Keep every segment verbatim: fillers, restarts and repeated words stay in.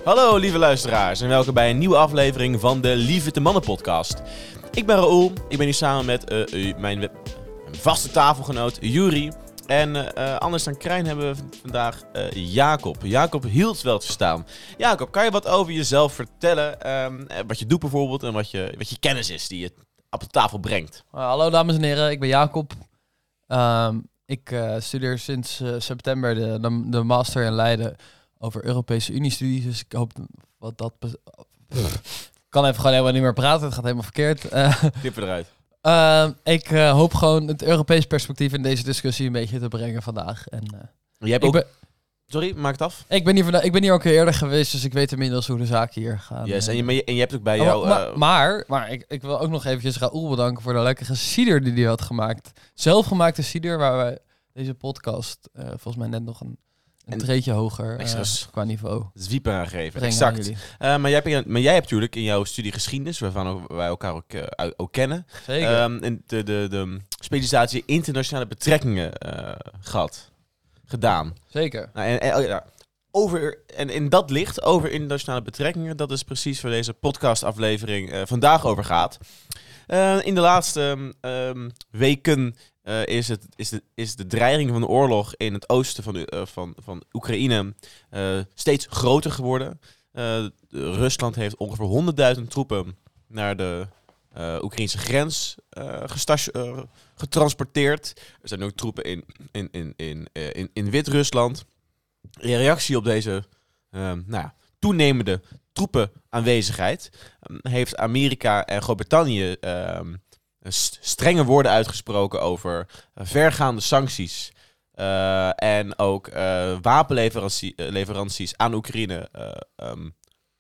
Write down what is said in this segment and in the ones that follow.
Hallo lieve luisteraars en welkom bij een nieuwe aflevering van de Lieve te Mannen podcast. Ik ben Raoul, ik ben hier samen met uh, uh, mijn, mijn vaste tafelgenoot Juri. En uh, anders dan Krijn hebben we vandaag uh, Jacob. Jacob hield wel te verstaan. Jacob, kan je wat over jezelf vertellen? Um, wat je doet bijvoorbeeld en wat je, wat je kennis is die je op de tafel brengt. Uh, hallo dames en heren, ik ben Jacob. Um, ik uh, studeer sinds uh, september de, de, de master in Leiden over Europese Unie-studies. Dus ik hoop wat dat... Be- ik kan even gewoon helemaal niet meer praten, het gaat helemaal verkeerd. Uh, Knippen eruit. Uh, ik uh, hoop gewoon het Europees perspectief in deze discussie een beetje te brengen vandaag. En, uh, Jij hebt ik ook... ben... Sorry, maak het af. Ik ben, hier vandaag, ik ben hier ook eerder geweest, dus ik weet inmiddels hoe de zaken hier gaan. Yes, en, je, en je hebt ook bij oh, jou... Maar, uh... maar, maar ik, ik wil ook nog eventjes Raoul bedanken voor de lekkere cider die hij had gemaakt. Zelfgemaakte cider, waar wij deze podcast uh, volgens mij net nog een, een treetje hoger uh, qua niveau zwiepen aangeven. Brengen exact. Uh, maar, jij hebt, maar jij hebt natuurlijk in jouw studie geschiedenis, waarvan wij elkaar ook, uh, ook kennen, Zeker. Um, de, de, de, de specialisatie internationale betrekkingen uh, gehad. Gedaan. Zeker. Nou, en, en, ja, over, en in dat licht, over internationale betrekkingen, dat is precies waar deze podcastaflevering uh, vandaag over gaat. Uh, in de laatste um, weken uh, is, het, is, de, is de dreiging van de oorlog in het oosten van, uh, van, van Oekraïne uh, steeds groter geworden. Uh, Rusland heeft ongeveer honderdduizend troepen naar de uh, Oekraïnse grens uh, gestas- uh, getransporteerd. Er zijn ook troepen in, in, in, in, uh, in, in Wit-Rusland. In reactie op deze uh, nou ja, toenemende troepenaanwezigheid um, heeft Amerika en Groot-Brittannië um, st- strenge woorden uitgesproken over uh, vergaande sancties uh, en ook uh, wapenleveranties aan Oekraïne uh, um,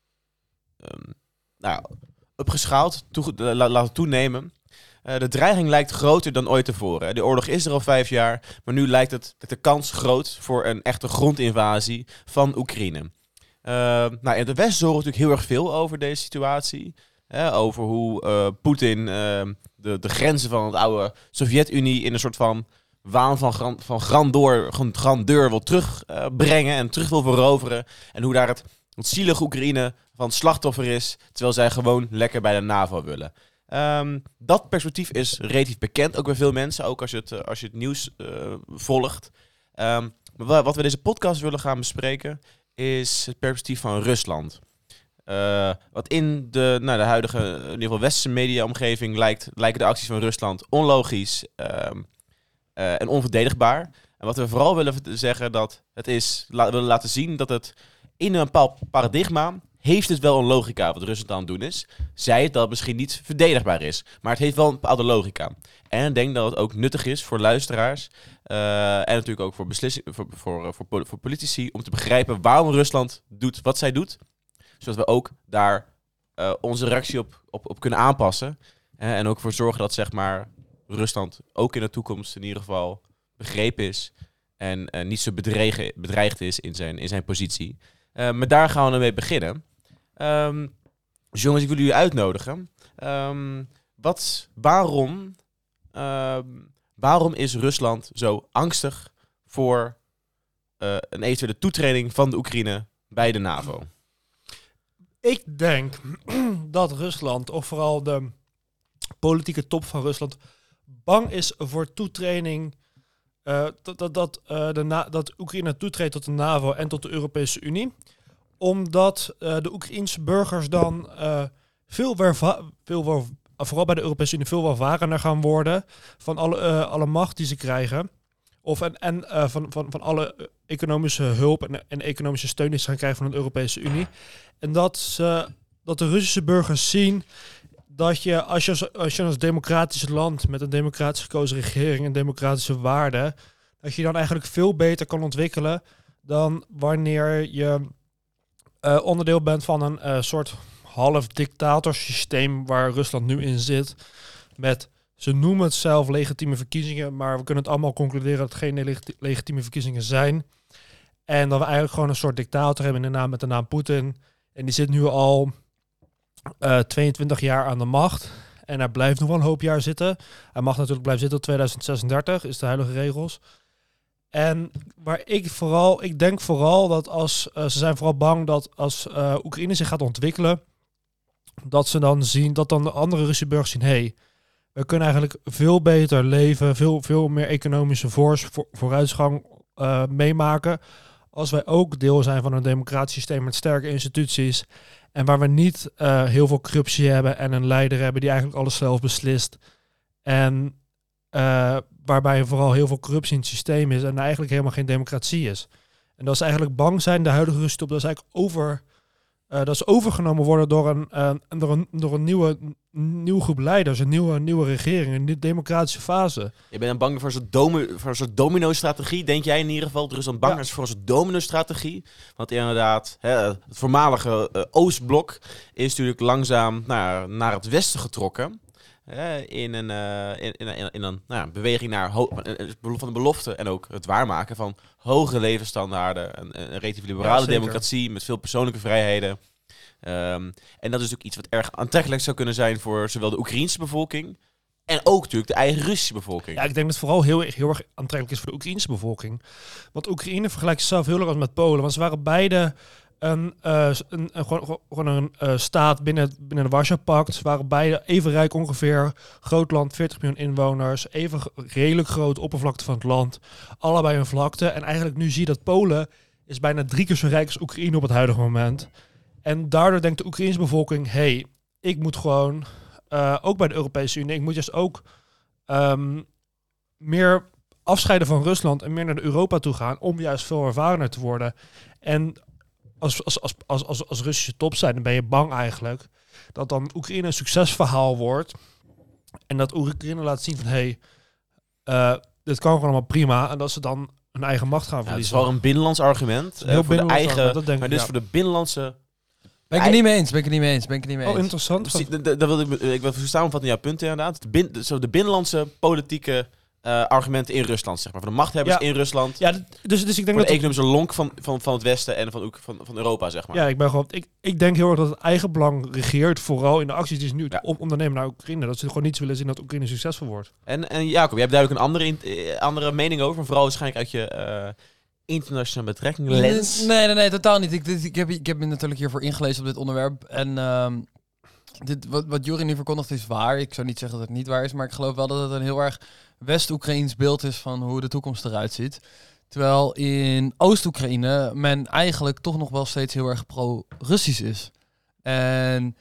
um, nou, opgeschaald, toe- la- laten toenemen. Uh, de dreiging lijkt groter dan ooit tevoren. De oorlog is er al vijf jaar, maar nu lijkt het de kans groot voor een echte grondinvasie van Oekraïne. Uh, nou, in het Westen horen we natuurlijk heel erg veel over deze situatie. Hè, over hoe uh, Poetin uh, de, de grenzen van het oude Sovjet-Unie in een soort van waan van, gran, van grandeur, grandeur wil terugbrengen uh, en terug wil veroveren. En hoe daar het, het zielige Oekraïne van het slachtoffer is, terwijl zij gewoon lekker bij de NAVO willen. Um, dat perspectief is relatief bekend, ook bij veel mensen, ook als je het, als je het nieuws uh, volgt. Um, maar wat we deze podcast willen gaan bespreken is het perspectief van Rusland. Uh, wat in de, nou, de huidige, in ieder geval westerse mediaomgeving lijkt, lijken de acties van Rusland onlogisch um, uh, en onverdedigbaar. En wat we vooral willen zeggen, dat het is, la- willen laten zien dat het in een bepaald paradigma heeft het wel een logica wat Rusland aan het doen is. Zij het dat het misschien niet verdedigbaar is, maar het heeft wel een bepaalde logica. En ik denk dat het ook nuttig is voor luisteraars uh, en natuurlijk ook voor, beslissing, voor, voor, voor, voor politici om te begrijpen waarom Rusland doet wat zij doet, zodat we ook daar uh, onze reactie op, op, op kunnen aanpassen. Hè, en ook voor zorgen dat zeg maar, Rusland ook in de toekomst in ieder geval begrepen is en uh, niet zo bedreigd, bedreigd is in zijn, in zijn positie. Uh, maar daar gaan we mee beginnen. Um, dus jongens, ik wil jullie uitnodigen. Um, wat, waarom, uh, waarom is Rusland zo angstig voor uh, een eventuele toetreding van de Oekraïne bij de NAVO? Ik denk dat Rusland, of vooral de politieke top van Rusland, bang is voor toetreding, uh, dat, dat, dat, uh, de na- dat Oekraïne toetreedt tot de NAVO en tot de Europese Unie. Omdat uh, de Oekraïense burgers dan uh, veel, werva- veel wel, vooral bij de Europese Unie, veel welvarender gaan worden van alle, uh, alle macht die ze krijgen. Of en, en uh, van, van, van alle economische hulp en, en economische steun die ze gaan krijgen van de Europese Unie. En dat, ze, dat de Russische burgers zien dat je als, je als je als democratisch land met een democratisch gekozen regering en democratische waarden, dat je dan eigenlijk veel beter kan ontwikkelen dan wanneer je uh, onderdeel bent van een uh, soort half dictatorsysteem waar Rusland nu in zit. Met, ze noemen het zelf legitieme verkiezingen, maar we kunnen het allemaal concluderen dat het geen leg- legitieme verkiezingen zijn. En dat we eigenlijk gewoon een soort dictator hebben in de naam met de naam Poetin. En die zit nu al uh, tweeëntwintig jaar aan de macht. En hij blijft nog wel een hoop jaar zitten. Hij mag natuurlijk blijven zitten tot tweeduizend zesendertig, is de huidige regels. En waar ik vooral, ik denk vooral dat als, uh, ze zijn vooral bang dat als uh, Oekraïne zich gaat ontwikkelen, dat ze dan zien, dat dan de andere Russische burgers zien, hey, we kunnen eigenlijk veel beter leven, veel, veel meer economische voors, voor, vooruitgang uh, meemaken, als wij ook deel zijn van een democratisch systeem met sterke instituties en waar we niet uh, heel veel corruptie hebben en een leider hebben die eigenlijk alles zelf beslist. En uh, waarbij vooral heel veel corruptie in het systeem is en eigenlijk helemaal geen democratie is. En dat is eigenlijk bang zijn, de huidige Russische top, dat is eigenlijk over, uh, dat is overgenomen worden door een, uh, door een, door een nieuwe, nieuwe groep leiders, een nieuwe, nieuwe regering, een nieuwe democratische fase. Je bent dan bang voor zo'n domi- voor een soort domino-strategie, denk jij in ieder geval? Er is dan bang Ja. is voor een soort domino-strategie. Want inderdaad, hè, het voormalige uh, Oostblok is natuurlijk langzaam naar, naar het westen getrokken. Uh, in een, uh, in, in, in, in een nou ja, beweging naar ho- van de belofte en ook het waarmaken van hoge levensstandaarden. Een, een relatief liberale Ja, zeker. democratie met veel persoonlijke vrijheden. Um, en dat is natuurlijk iets wat erg aantrekkelijk zou kunnen zijn voor zowel de Oekraïense bevolking en ook natuurlijk de eigen Russische bevolking. Ja, ik denk dat het vooral heel, heel erg aantrekkelijk is voor de Oekraïense bevolking. Want Oekraïne vergelijkt zichzelf heel erg met Polen. Want ze waren beide een, uh, een, een, gewoon, gewoon een uh, staat binnen, het- binnen de Warschau-pact. Ze waren beide even rijk ongeveer. Groot land, veertig miljoen inwoners. Even g- redelijk groot oppervlakte van het land. Allebei een vlakte. En eigenlijk nu zie je dat Polen is bijna drie keer zo rijk als Oekraïne op het huidige moment. En daardoor denkt de Oekraïense bevolking, hey, ik moet gewoon, uh, ook bij de Europese Unie, ik moet juist ook um, meer afscheiden van Rusland en meer naar de Europa toe gaan om juist veel ervarener te worden. En als, als, als, als, als, als Russische top zijn, dan ben je bang eigenlijk dat dan Oekraïne een succesverhaal wordt en dat Oekraïne laat zien van, hey, uh, dit kan gewoon allemaal prima, en dat ze dan hun eigen macht gaan Ja, het is verliezen. wel een binnenlands argument. Heel uh, voor de binnenlands eigen, argument, dat denk maar ik, dus ja. voor de binnenlandse. Ben ik het niet mee eens, ben ik het niet mee eens, ben ik het niet mee Oh, eens. interessant. Precies, da- da- dat wilde ik, me- ik wil even samenvatten in jouw punten inderdaad. De, bin, de, zo de binnenlandse politieke uh, argumenten in Rusland, zeg maar. Voor de machthebbers Ja. in Rusland. Ja, d- dus, dus ik denk Voor dat de economische lonk van, van, van het Westen en van, ook van, van Europa, zeg maar. Ja, ik ben gewoon. Ik, ik denk heel erg dat het eigen belang regeert, vooral in de acties die ze nu Ja. op ondernemen naar Oekraïne. Dat ze gewoon niet willen zien dat Oekraïne succesvol wordt. En, en Jacob, jij hebt duidelijk een andere, in, eh, andere mening over. Vooral waarschijnlijk uit je uh, internationale betrekkingen lens. Nee, nee, nee, totaal niet. Ik, dit, ik, heb, ik heb me natuurlijk hiervoor ingelezen op dit onderwerp. En um, dit, wat, wat Juri nu verkondigt is waar. Ik zou niet zeggen dat het niet waar is, maar ik geloof wel dat het een heel erg West-Oekraïns beeld is van hoe de toekomst eruit ziet. Terwijl in Oost-Oekraïne men eigenlijk toch nog wel steeds heel erg pro-Russisch is. En,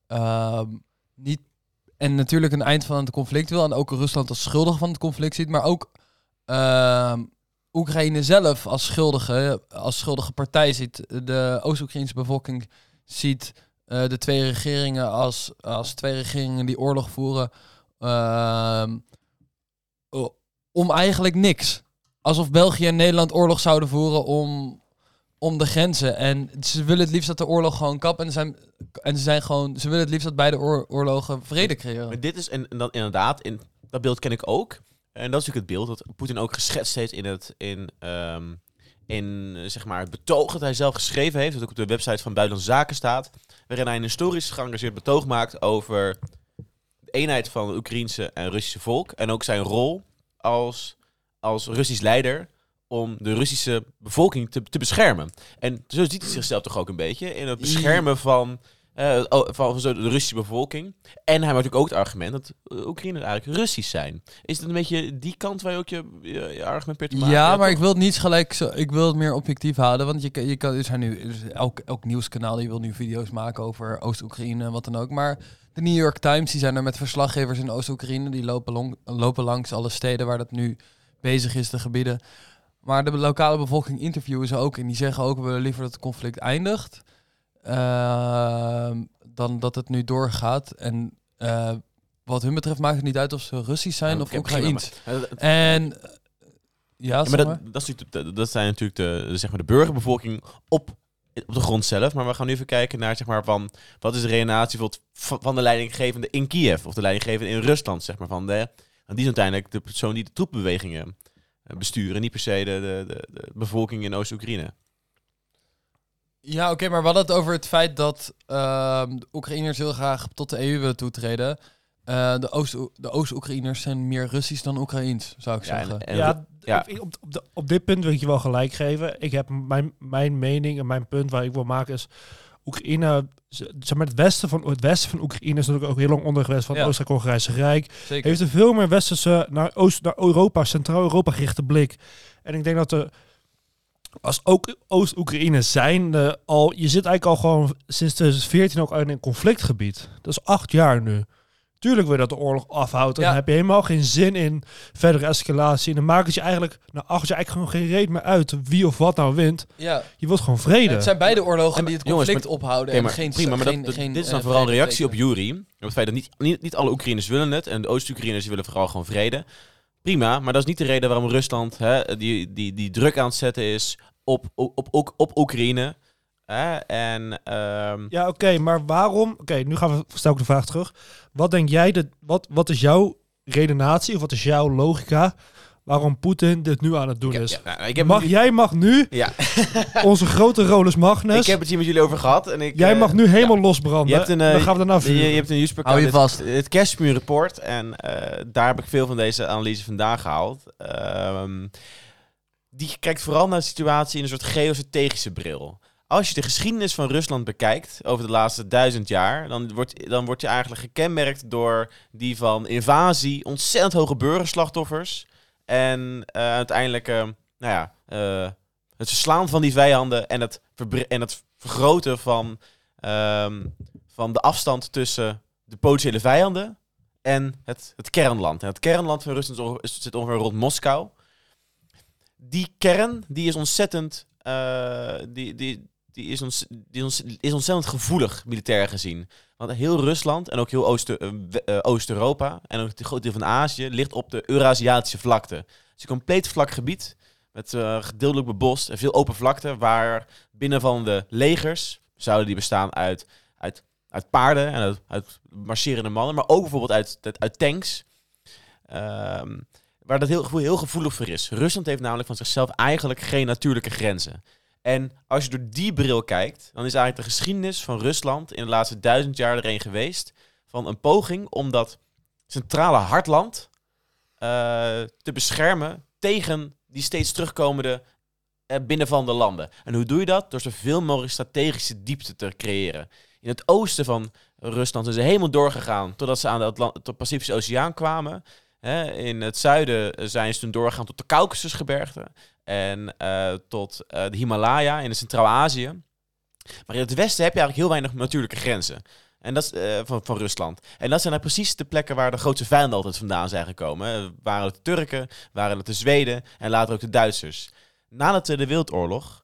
um, niet, en natuurlijk een eind van het conflict wil. En ook Rusland als schuldig van het conflict ziet. Maar ook um, Oekraïne zelf als schuldige, als schuldige partij ziet. De Oost-Oekraïnse bevolking ziet uh, de twee regeringen als, als twee regeringen die oorlog voeren. Um, om eigenlijk niks. Alsof België en Nederland oorlog zouden voeren om, om de grenzen. En ze willen het liefst dat de oorlog gewoon kapt. En ze zijn, en ze zijn gewoon, ze willen het liefst dat beide oor, oorlogen vrede creëren. Maar dit is, en, en dan inderdaad, in, dat beeld ken ik ook. En dat is natuurlijk het beeld dat Poetin ook geschetst heeft in het, in, um, in zeg maar het betoog dat hij zelf geschreven heeft. Dat ook op de website van Buitenlandse Zaken staat. Waarin hij een historisch geëngageerd betoog maakt over de eenheid van het Oekraïense en Russische volk. En ook zijn rol als, als Russisch leider om de Russische bevolking te, te beschermen. En zo ziet hij zichzelf toch ook een beetje in het beschermen van, uh, van, van zo de Russische bevolking. En hij maakt natuurlijk ook het argument dat Oekraïne eigenlijk Russisch zijn. Is het een beetje die kant waar je ook je, je, je argument per te maken? Ja, ja, maar toch? ik wil het niet gelijk zo, ik wil het meer objectief houden, want je, je kan, er zijn nu elk, elk nieuwskanaal die wil nu video's maken over Oost-Oekraïne en wat dan ook, maar de New York Times die zijn er met verslaggevers in Oost-Oekraïne, die lopen, long, lopen langs alle steden waar dat nu bezig is, de gebieden. Maar de lokale bevolking interviewen ze ook en die zeggen ook, we willen liever dat het conflict eindigt uh, dan dat het nu doorgaat. En uh, wat hun betreft maakt het niet uit of ze Russisch zijn Ja, of oké, Oekraïens. prima, maar- En uh, ja, Ja, zeg maar maar. dat, dat, is natuurlijk, dat zijn natuurlijk de, de, zeg maar de burgerbevolking op, op de grond zelf. Maar we gaan nu even kijken naar zeg maar, van, wat is de redenatie van, van de leidinggevende in Kiev. Of de leidinggevende in Rusland. Zeg maar, van de, want die is uiteindelijk de persoon die de troepbewegingen besturen. Niet per se de, de, de, de bevolking in Oost-Oekraïne. Ja, oké, okay, maar we hadden het over het feit dat uh, de Oekraïners heel graag tot de E U willen toetreden. Uh, de, Oost- de Oost-Oekraïners zijn meer Russisch dan Oekraïens, zou ik Ja, zeggen. en, en, ja, ja. ik- op, op, de- op dit punt wil ik je wel gelijk geven. Ik heb mijn, mijn mening en mijn punt waar ik wil maken is... Oekraïne, zeg maar het westen van, het westen van Oekraïne is natuurlijk ook heel lang onder geweest van het Ja. Oostenrijk-Hongaarse Rijk. Zeker. Heeft een veel meer westerse naar, Oost, naar Europa, Centraal-Europa gerichte blik. En ik denk dat er, als ook Oost-Oekraïne zijn, uh, al, je zit eigenlijk al gewoon sinds twintig veertien ook in een conflictgebied. Dat is acht jaar nu. Tuurlijk wil je dat de oorlog afhoudt. En Ja. dan heb je helemaal geen zin in verdere escalatie. En dan maakt het je eigenlijk na acht jaar eigenlijk gewoon geen reet meer uit wie of wat nou wint. Ja. Je wilt gewoon vrede. Het zijn beide oorlogen die het Jongens, conflict maar- ophouden. Oké, en maar geen, prima, maar geen, dat, geen, dit is eh, dan vooral een vrede reactie op betekenen. Yuri. Op het feit dat niet, niet, niet alle Oekraïners willen het en de Oost-Oekraïners willen vooral gewoon vrede. Prima, maar dat is niet de reden waarom Rusland hè, die, die, die druk aan het zetten is op, op, op, op Oekraïne. Hè? En ehm, Ja, oké, maar waarom... Oké, nu gaan we, stel ik de vraag terug. Wat denk jij, dat, wat, wat is jouw redenatie of wat is jouw logica waarom Poetin dit nu aan het doen ik, is? ja, nou, ik heb Mag, jij mag nu, ja, onze grote Rolus Magnus, ik heb het hier met jullie over gehad. En ik, jij eh, mag nu helemaal ja. losbranden. Je hebt een, eh, dan gaan we daarna Je, vuren. je hebt een nieuwsprogramma, Hou je het, vast. het Cashmere Report. En eh, daar heb ik veel van deze analyse vandaan gehaald. Ehm, die kijkt vooral naar de situatie in een soort geostrategische bril. Als je de geschiedenis van Rusland bekijkt over de laatste duizend jaar, dan wordt, dan wordt je eigenlijk gekenmerkt door die van invasie, ontzettend hoge burgerslachtoffers en uh, uiteindelijk uh, nou ja, uh, het verslaan van die vijanden en het, verbre- en het vergroten van, um, van de afstand tussen de potentiële vijanden en het, het kernland. En het kernland van Rusland zit ongeveer rond Moskou. Die kern die is ontzettend, uh, die, die, die is, ons, die is, is ontzettend gevoelig militair gezien. Want heel Rusland en ook heel Oost, uh, uh, Oost-Europa en ook een groot deel van Azië ligt op de Eurasiatische vlakte. Het is een compleet vlak gebied met uh, gedeeltelijk bebost en veel open vlakte waar binnenvallende legers, zouden die bestaan uit, uit, uit paarden en uit, uit marcherende mannen, maar ook bijvoorbeeld uit, uit, uit tanks. Um, Waar dat heel, heel gevoelig voor is. Rusland heeft namelijk van zichzelf eigenlijk geen natuurlijke grenzen. En als je door die bril kijkt, dan is eigenlijk de geschiedenis van Rusland in de laatste duizend jaar er een geweest van een poging om dat centrale hartland uh, te beschermen tegen die steeds terugkomende uh, binnenvallende landen. En hoe doe je dat? Door zoveel mogelijk strategische diepte te creëren. In het oosten van Rusland zijn ze helemaal doorgegaan totdat ze aan de, Atlant- de Pacifische Oceaan kwamen. He, in het zuiden zijn ze toen doorgegaan tot de Caucasusgebergte en uh, tot uh, de Himalaya in Centraal-Azië. Maar in het westen heb je eigenlijk heel weinig natuurlijke grenzen en dat is, uh, van, van Rusland. En dat zijn nou precies de plekken waar de grootste vijanden altijd vandaan zijn gekomen. Waren het de Turken, waren het de Zweden en later ook de Duitsers. Na de Tweede Wereldoorlog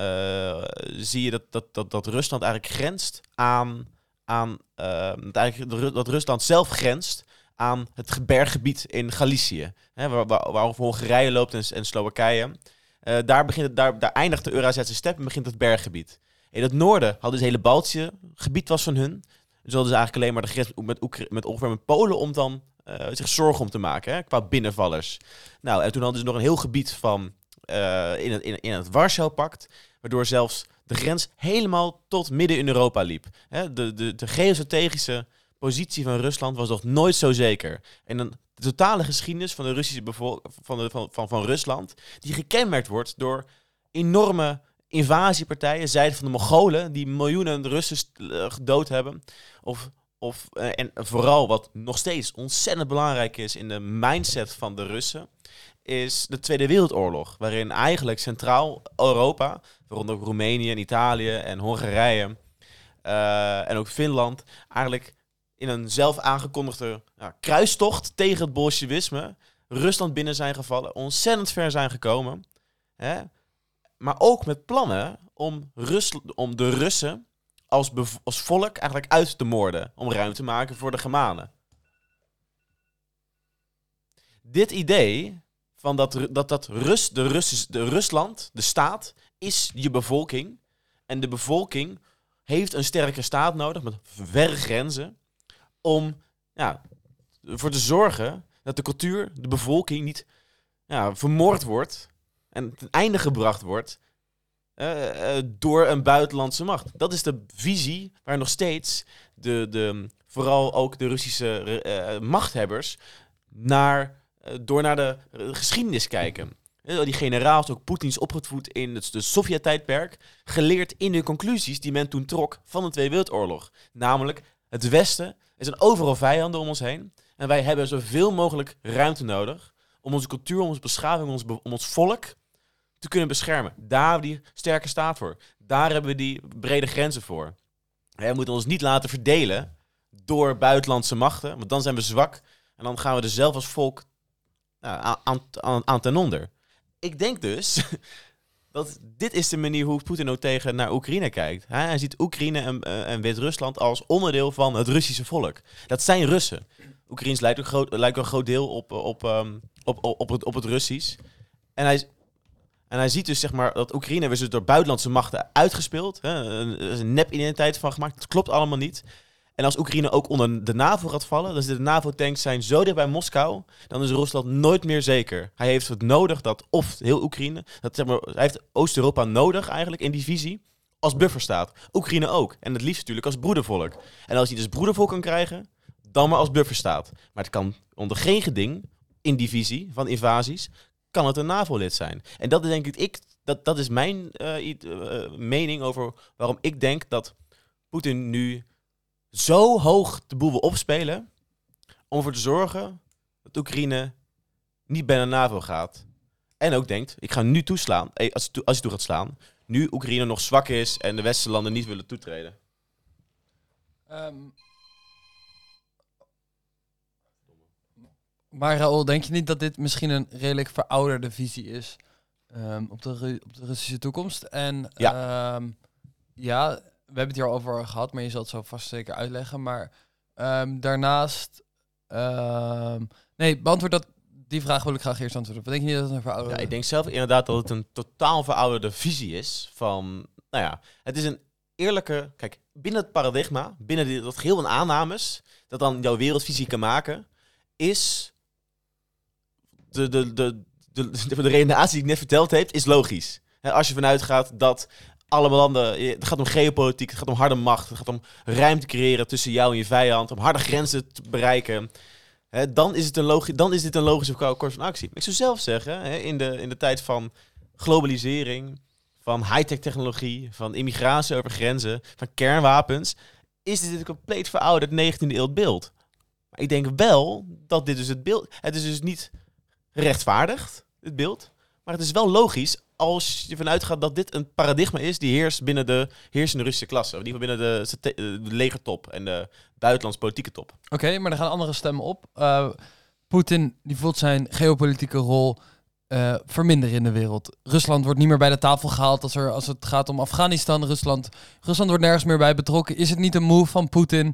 uh, zie je dat, dat, dat, dat Rusland eigenlijk grenst aan... aan uh, dat, eigenlijk, dat Rusland zelf grenst aan het berggebied in Galicië, hè, waar, waar, waar Hongarije loopt en, en Slowakije. Uh, daar, begint het, daar, daar eindigt de Eurasiatische steppe en begint het berggebied. In het noorden hadden ze het hele Baltische gebied was van hun. Dus hadden ze eigenlijk alleen maar de grens met, Oekra- met ongeveer met Polen om dan uh, zich zorgen om te maken, hè, qua binnenvallers. Nou, en toen hadden ze nog een heel gebied van uh, in het, in, in het Warschau-pact, waardoor zelfs de grens helemaal tot midden in Europa liep. Hè, de, de, de geostrategische positie van Rusland was nog nooit zo zeker. En een, de totale geschiedenis van de Russische bevol- van, de, van, van, van Rusland, die gekenmerkt wordt door enorme invasiepartijen, zijde van de Mongolen, die miljoenen Russen uh, gedood hebben. Of, of, uh, en vooral wat nog steeds ontzettend belangrijk is in de mindset van de Russen, is de Tweede Wereldoorlog, waarin eigenlijk Centraal-Europa, waaronder ook Roemenië en Italië en Hongarije uh, en ook Finland, eigenlijk in een zelf aangekondigde ja, kruistocht tegen het bolsjewisme Rusland binnen zijn gevallen, ontzettend ver zijn gekomen. Hè? Maar ook met plannen om, Rus- om de Russen als, bev- als volk eigenlijk uit te moorden, om ruimte te maken voor de Germanen. Dit idee van dat, dat, dat Rus, de, Rus, de Rusland, de staat, is je bevolking. En de bevolking heeft een sterke staat nodig met verre grenzen om ja, ervoor te zorgen dat de cultuur, de bevolking niet ja, vermoord wordt en ten einde gebracht wordt uh, uh, door een buitenlandse macht. Dat is de visie waar nog steeds de, de, vooral ook de Russische uh, machthebbers naar, uh, door naar de uh, geschiedenis kijken. Uh, die generaals, ook Poetin is opgevoed in het de Sovjet-tijdperk, geleerd in de conclusies die men toen trok van de Tweede Wereldoorlog. Namelijk, het Westen is een overal vijanden om ons heen. En wij hebben zoveel mogelijk ruimte nodig om onze cultuur, om onze beschaving, om ons, be- om ons volk te kunnen beschermen. Daar hebben we die sterke staat voor. Daar hebben we die brede grenzen voor. We moeten ons niet laten verdelen door buitenlandse machten, want dan zijn we zwak. En dan gaan we er zelf als volk nou, aan, aan, aan ten onder. Ik denk dus dat dit is de manier hoe Poetin ook tegen naar Oekraïne kijkt. Hij ziet Oekraïne en, uh, en Wit-Rusland als onderdeel van het Russische volk. Dat zijn Russen. Oekraïens lijkt een groot, lijkt een groot deel op, op, um, op, op, op, het, op het Russisch. En hij, en hij ziet dus zeg maar dat Oekraïne is dus door buitenlandse machten uitgespeeld. Hè? Er is een nep-identiteit van gemaakt. Dat klopt allemaal niet. En als Oekraïne ook onder de NAVO gaat vallen, dus de NAVO-tanks zijn zo dicht bij Moskou, dan is Rusland nooit meer zeker. Hij heeft het nodig dat, of heel Oekraïne, dat, zeg maar, hij heeft Oost-Europa nodig eigenlijk in die visie, als bufferstaat. Oekraïne ook. En het liefst natuurlijk als broedervolk. En als hij dus broedervolk kan krijgen, dan maar als bufferstaat. Maar het kan onder geen geding, in die visie van invasies, kan het een NAVO-lid zijn. En dat is denk ik, ik dat, dat is mijn uh, uh, mening over waarom ik denk dat Poetin nu zo hoog de boel wil opspelen om ervoor te zorgen dat Oekraïne niet bij de NAVO gaat. En ook denkt, ik ga nu toeslaan, als je, toe, als je toe gaat slaan, nu Oekraïne nog zwak is en de westerse landen niet willen toetreden. Um, maar Raoul, denk je niet dat dit misschien een redelijk verouderde visie is um, op, de Ru- op de Russische toekomst? En ja, um, ja we hebben het hier al over gehad, maar je zal het zo vast zeker uitleggen. Maar um, daarnaast... Um, nee, beantwoord dat. Die vraag wil ik graag eerst antwoorden. Wat denk je niet dat het een verouderde... Ja, ik denk zelf inderdaad dat het een totaal verouderde visie is van... Nou ja, het is een eerlijke... Kijk, binnen het paradigma, binnen die, dat geheel aan aannames, dat dan jouw wereldvisie kan maken, is... De, de, de, de, de, de redenatie die ik net verteld heb, is logisch. He, als je vanuit gaat dat... Allemaal landen, het gaat om geopolitiek, het gaat om harde macht, het gaat om ruimte creëren tussen jou en je vijand, om harde grenzen te bereiken. He, dan, is het een logi- dan is dit een logische koers van actie. Maar ik zou zelf zeggen, he, in, de, in de tijd van globalisering, van high-tech technologie, van immigratie over grenzen, van kernwapens, is dit een compleet verouderd negentiende eeuw beeld. Maar ik denk wel dat dit dus het beeld... Het is dus niet gerechtvaardigd, het beeld, maar het is wel logisch als je vanuit gaat dat dit een paradigma is die heerst binnen de heersende Russische klasse. Of in ieder geval binnen de, de legertop en de buitenlands politieke top. Oké, okay, maar er gaan andere stemmen op. Uh, Poetin die voelt zijn geopolitieke rol uh, verminderen in de wereld. Rusland wordt niet meer bij de tafel gehaald als, er, als het gaat om Afghanistan. Rusland, Rusland wordt nergens meer bij betrokken. Is het niet een move van Poetin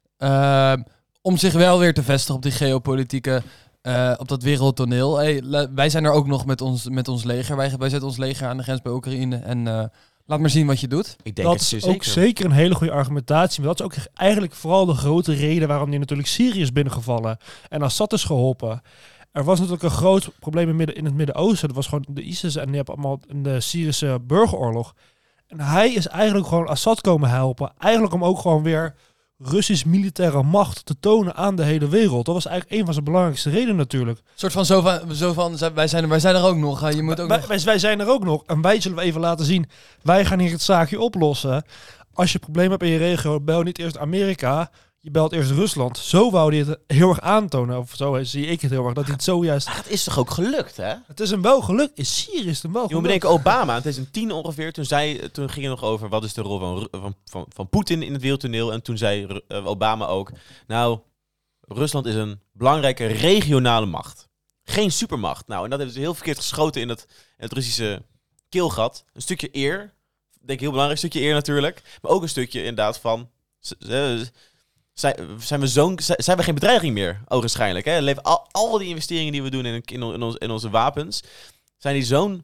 uh, om zich wel weer te vestigen op die geopolitieke... Uh, op dat wereldtoneel. Hey, la- wij zijn er ook nog met ons, met ons leger. Wij, wij zetten ons leger aan de grens bij Oekraïne. En uh, laat maar zien wat je doet. Ik denk dat het is zeker. ook zeker een hele goede argumentatie. Maar dat is ook eigenlijk vooral de grote reden waarom hij natuurlijk Syrië is binnengevallen. En Assad is geholpen. Er was natuurlijk een groot probleem in, midden, in het Midden-Oosten. Dat was gewoon de ISIS en je hebt allemaal de Syrische burgeroorlog. En hij is eigenlijk gewoon Assad komen helpen. Eigenlijk om ook gewoon weer Russisch militaire macht te tonen aan de hele wereld. Dat was eigenlijk een van zijn belangrijkste redenen natuurlijk. Een soort van zo van, zo van wij, zijn er, wij zijn er ook nog. Je moet ook wij, nog... wij, wij zijn er ook nog. En wij zullen even laten zien, wij gaan hier het zaakje oplossen. Als je problemen hebt in je regio, bel niet eerst Amerika. Je belt eerst Rusland. Zo wou hij het heel erg aantonen. Of zo zie ik het heel erg. Dat hij het zojuist... Ah, het is toch ook gelukt, hè? Het is hem wel gelukt. In Syrië is het hem wel Je moet gelukt. bedenken, Obama, in tweeduizend tien ongeveer, toen, zei, toen ging het nog over wat is de rol van, van, van, van Poetin in het wereldtoneel. En toen zei uh, Obama ook, nou, Rusland is een belangrijke regionale macht. Geen supermacht. Nou, en dat hebben ze heel verkeerd geschoten in het, in het Russische keelgat. Een stukje eer, denk ik heel belangrijk, een stukje eer natuurlijk. Maar ook een stukje inderdaad van... Uh, Zijn, zijn, we zo'n, zijn we geen bedreiging meer, ogenschijnlijk. Hè? Leven al, al die investeringen die we doen in, in, in, ons, in onze wapens, zijn die zo'n...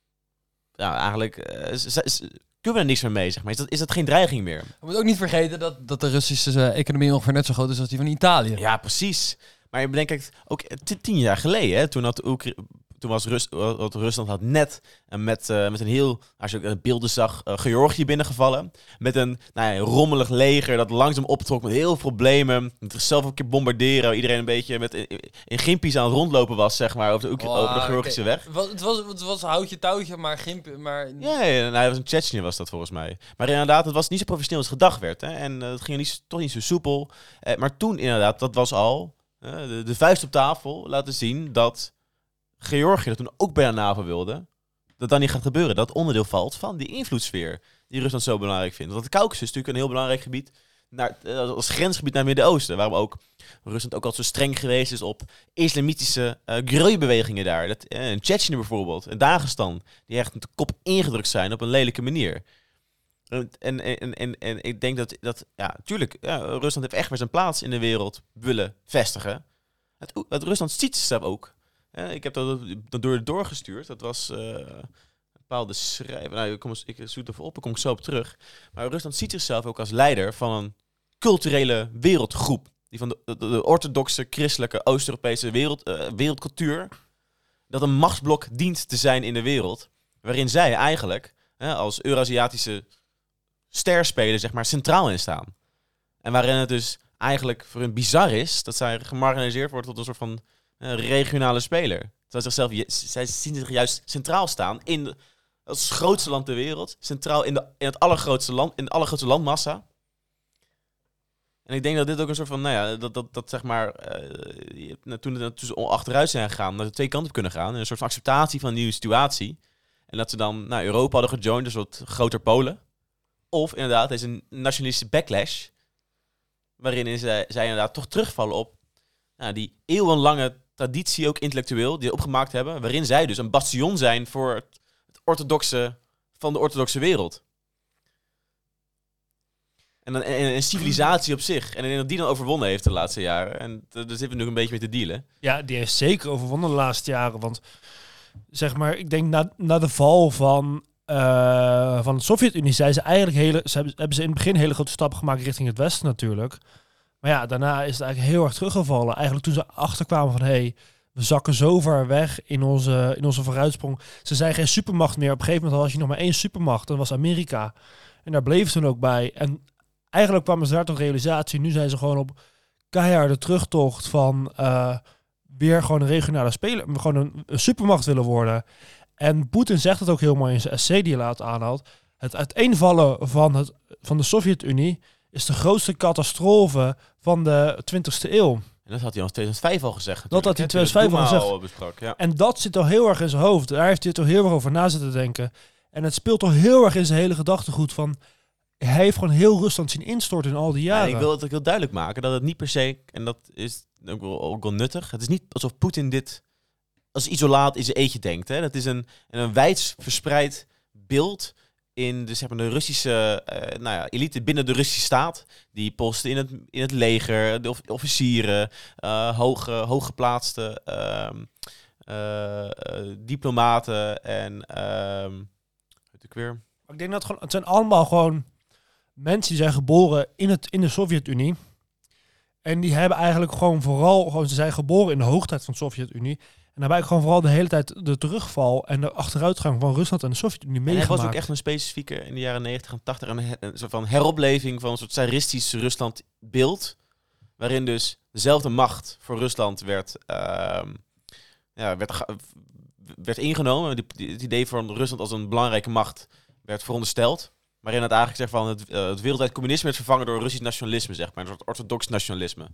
Ja, eigenlijk... Uh, z, z, kunnen we er niks meer mee, zeg maar. Is dat, is dat geen dreiging meer? We moeten ook niet vergeten dat, dat de Russische uh, economie ongeveer net zo groot is als die van Italië. Ja, precies. Maar je bedenkt, ook t- tien jaar geleden, hè, toen had Oekra- toen was Rus, wat Rusland had net uh, met, uh, met een heel, als je ook uh, beelden zag, uh, Georgië binnengevallen. Met een nou ja, rommelig leger dat langzaam optrok met heel veel problemen. Met zichzelf een keer bombarderen. Iedereen een beetje met in, in gimpies aan het rondlopen was, zeg maar, over de, oh, over de Georgische okay. weg. Het was, het was houtje touwtje, maar gimp, maar... Ja, ja, nou, was een Tsjetsjenië was dat volgens mij. Maar inderdaad, het was niet zo professioneel als gedacht werd. Hè? En uh, het ging niet, toch niet zo soepel. Uh, maar toen inderdaad, dat was al uh, de, de vuist op tafel laten zien dat Georgië dat toen ook bij de NAVO wilde, dat dan niet gaat gebeuren. Dat onderdeel valt van die invloedssfeer die Rusland zo belangrijk vindt. Want de Caucasus is natuurlijk een heel belangrijk gebied naar, als grensgebied naar het Midden-Oosten. Waarom ook Rusland ook altijd zo streng geweest is op islamitische uh, guerrilla-bewegingen daar. Dat, uh, in Tsjetsjenië bijvoorbeeld, in Dagestan, die echt met de kop ingedrukt zijn op een lelijke manier. En, en, en, en, en ik denk dat, dat ja, tuurlijk, ja, Rusland heeft echt weer zijn plaats in de wereld willen vestigen. Het, het Rusland ziet zichzelf ook. Uh, ik heb dat, dat door doorgestuurd. Dat was uh, een bepaalde schrijver. Nou, ik, kom, ik zoek even op, daar kom ik zo op terug. Maar Rusland ziet zichzelf ook als leider van een culturele wereldgroep. Die van de, de, de orthodoxe, christelijke, Oost-Europese wereld, uh, wereldcultuur. Dat een machtsblok dient te zijn in de wereld. Waarin zij eigenlijk uh, als Eurasiatische sterspeler, zeg maar, centraal in staan. En waarin het dus eigenlijk voor hun bizar is dat zij gemarginaliseerd wordt tot een soort van uh, regionale speler. Zij, zichzelf, zij zien zich juist centraal staan in de, het grootste land ter wereld, centraal in, de, in het allergrootste land, in de allergrootste landmassa. En ik denk dat dit ook een soort van, nou ja, dat, dat, dat zeg maar, uh, toen, toen ze achteruit zijn gegaan, naar de twee kanten kunnen gaan, een soort van acceptatie van een nieuwe situatie. En dat ze dan naar Europa hadden gejoind, dus wat groter Polen. Of inderdaad deze nationalistische backlash, waarin zij, zij inderdaad toch terugvallen op nou, die eeuwenlange traditie, ook intellectueel, die ze opgemaakt hebben, waarin zij dus een bastion zijn voor het, het orthodoxe, van de orthodoxe wereld. En een, een, een civilisatie op zich. En ik denk dat die dan overwonnen heeft de laatste jaren. En daar zitten we nu een beetje mee te dealen. Ja, die heeft zeker overwonnen de laatste jaren. Want zeg maar, ik denk na, na de val van, uh, van de Sovjet-Unie zijn ze eigenlijk hele, ze hebben, hebben ze in het begin hele grote stappen gemaakt richting het Westen natuurlijk. Maar ja, daarna is het eigenlijk heel erg teruggevallen. Eigenlijk toen ze achterkwamen van, hé, hey, we zakken zo ver weg in onze, in onze vooruitsprong. Ze zijn geen supermacht meer. Op een gegeven moment had je nog maar één supermacht. Dat was Amerika. En daar bleven ze dan ook bij. En eigenlijk kwamen ze daar tot realisatie. Nu zijn ze gewoon op keiharde terugtocht van uh, weer gewoon een regionale speler, gewoon een, een supermacht willen worden. En Poetin zegt het ook heel mooi in zijn essay die je laat aanhaalt. Het uiteenvallen van, het, van de Sovjet-Unie is de grootste catastrofe van de twintigste eeuw. En dat had hij al in tweeduizend vijf al gezegd. Dat had hij in tweeduizend vijf al gezegd. Al besprak, ja. En dat zit al heel erg in zijn hoofd. Daar heeft hij toch heel erg over na zitten denken. En het speelt toch heel erg in zijn hele gedachtegoed van, hij heeft gewoon heel Rusland zien instorten in al die jaren. Ja, ik wil het ook heel duidelijk maken dat het niet per se, en dat is ook wel, ook wel nuttig, het is niet alsof Poetin dit als isolaat in zijn eentje denkt. Hè. Dat is een, een wijd verspreid beeld in de, zeg maar, de Russische uh, nou ja, elite binnen de Russische staat. Die posten in het, in het leger, de officieren, uh, hoge, hooggeplaatste uh, uh, uh, diplomaten en uh, weet ik weer. Ik denk dat het, gewoon, het zijn allemaal gewoon mensen die zijn geboren in, het, in de Sovjet-Unie. En die hebben eigenlijk gewoon vooral, gewoon, ze zijn geboren in de hoogtijd van de Sovjet-Unie. En daarbij gewoon vooral de hele tijd de terugval en de achteruitgang van Rusland en de Sovjet-Unie meegemaakt. En hij was ook echt een specifieke, in de jaren negentig en tachtig, een, een soort van heropleving van een soort tsaristisch Rusland beeld. Waarin dus dezelfde macht voor Rusland werd, uh, ja, werd, werd ingenomen. Het idee van Rusland als een belangrijke macht werd verondersteld. Waarin het eigenlijk zegt van het, uh, het wereldwijd communisme werd vervangen door Russisch nationalisme, zeg maar. Een soort orthodox nationalisme.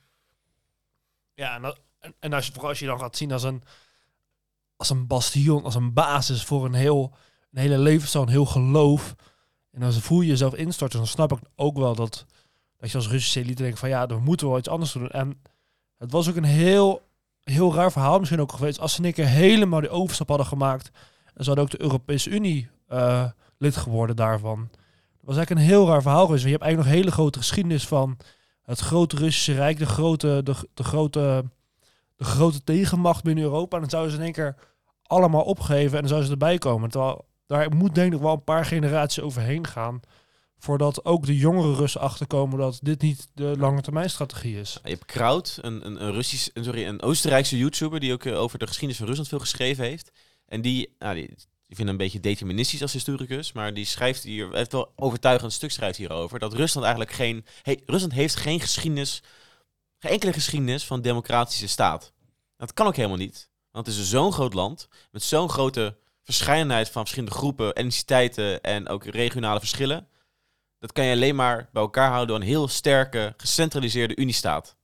Ja, en, dat, en, en als je, vooral als je dan gaat zien als een, als een bastion, als een basis voor een, heel, een hele levensstijl, een heel geloof. En dan voel je jezelf instorten, dan snap ik ook wel dat, dat je als Russische elite denkt van ja, dan moeten we wel iets anders doen. En het was ook een heel, heel raar verhaal misschien ook geweest als ze een keer helemaal die overstap hadden gemaakt. En ze hadden ook de Europese Unie Uh, lid geworden daarvan. Dat was eigenlijk een heel raar verhaal geweest. Je hebt eigenlijk nog een hele grote geschiedenis van het grote Russische Rijk, de grote, de, de grote, de grote tegenmacht binnen Europa. En dan zouden ze in één keer allemaal opgeven en dan zouden ze erbij komen. Terwijl daar moet denk ik wel een paar generaties overheen gaan voordat ook de jongere Russen achterkomen dat dit niet de lange termijn strategie is. Je hebt Kraut, een, een, een, Russisch, sorry, een Oostenrijkse YouTuber die ook uh, over de geschiedenis van Rusland veel geschreven heeft. En die, nou, die, die vind een beetje deterministisch als historicus, maar die schrijft hier, heeft wel overtuigend stuk schrijft hierover, dat Rusland eigenlijk geen, hey, Rusland heeft geen geschiedenis, geen enkele geschiedenis van democratische staat. Dat kan ook helemaal niet, want het is zo'n groot land met zo'n grote verscheidenheid van verschillende groepen, etniciteiten en ook regionale verschillen. Dat kan je alleen maar bij elkaar houden door een heel sterke, gecentraliseerde Uniestaat.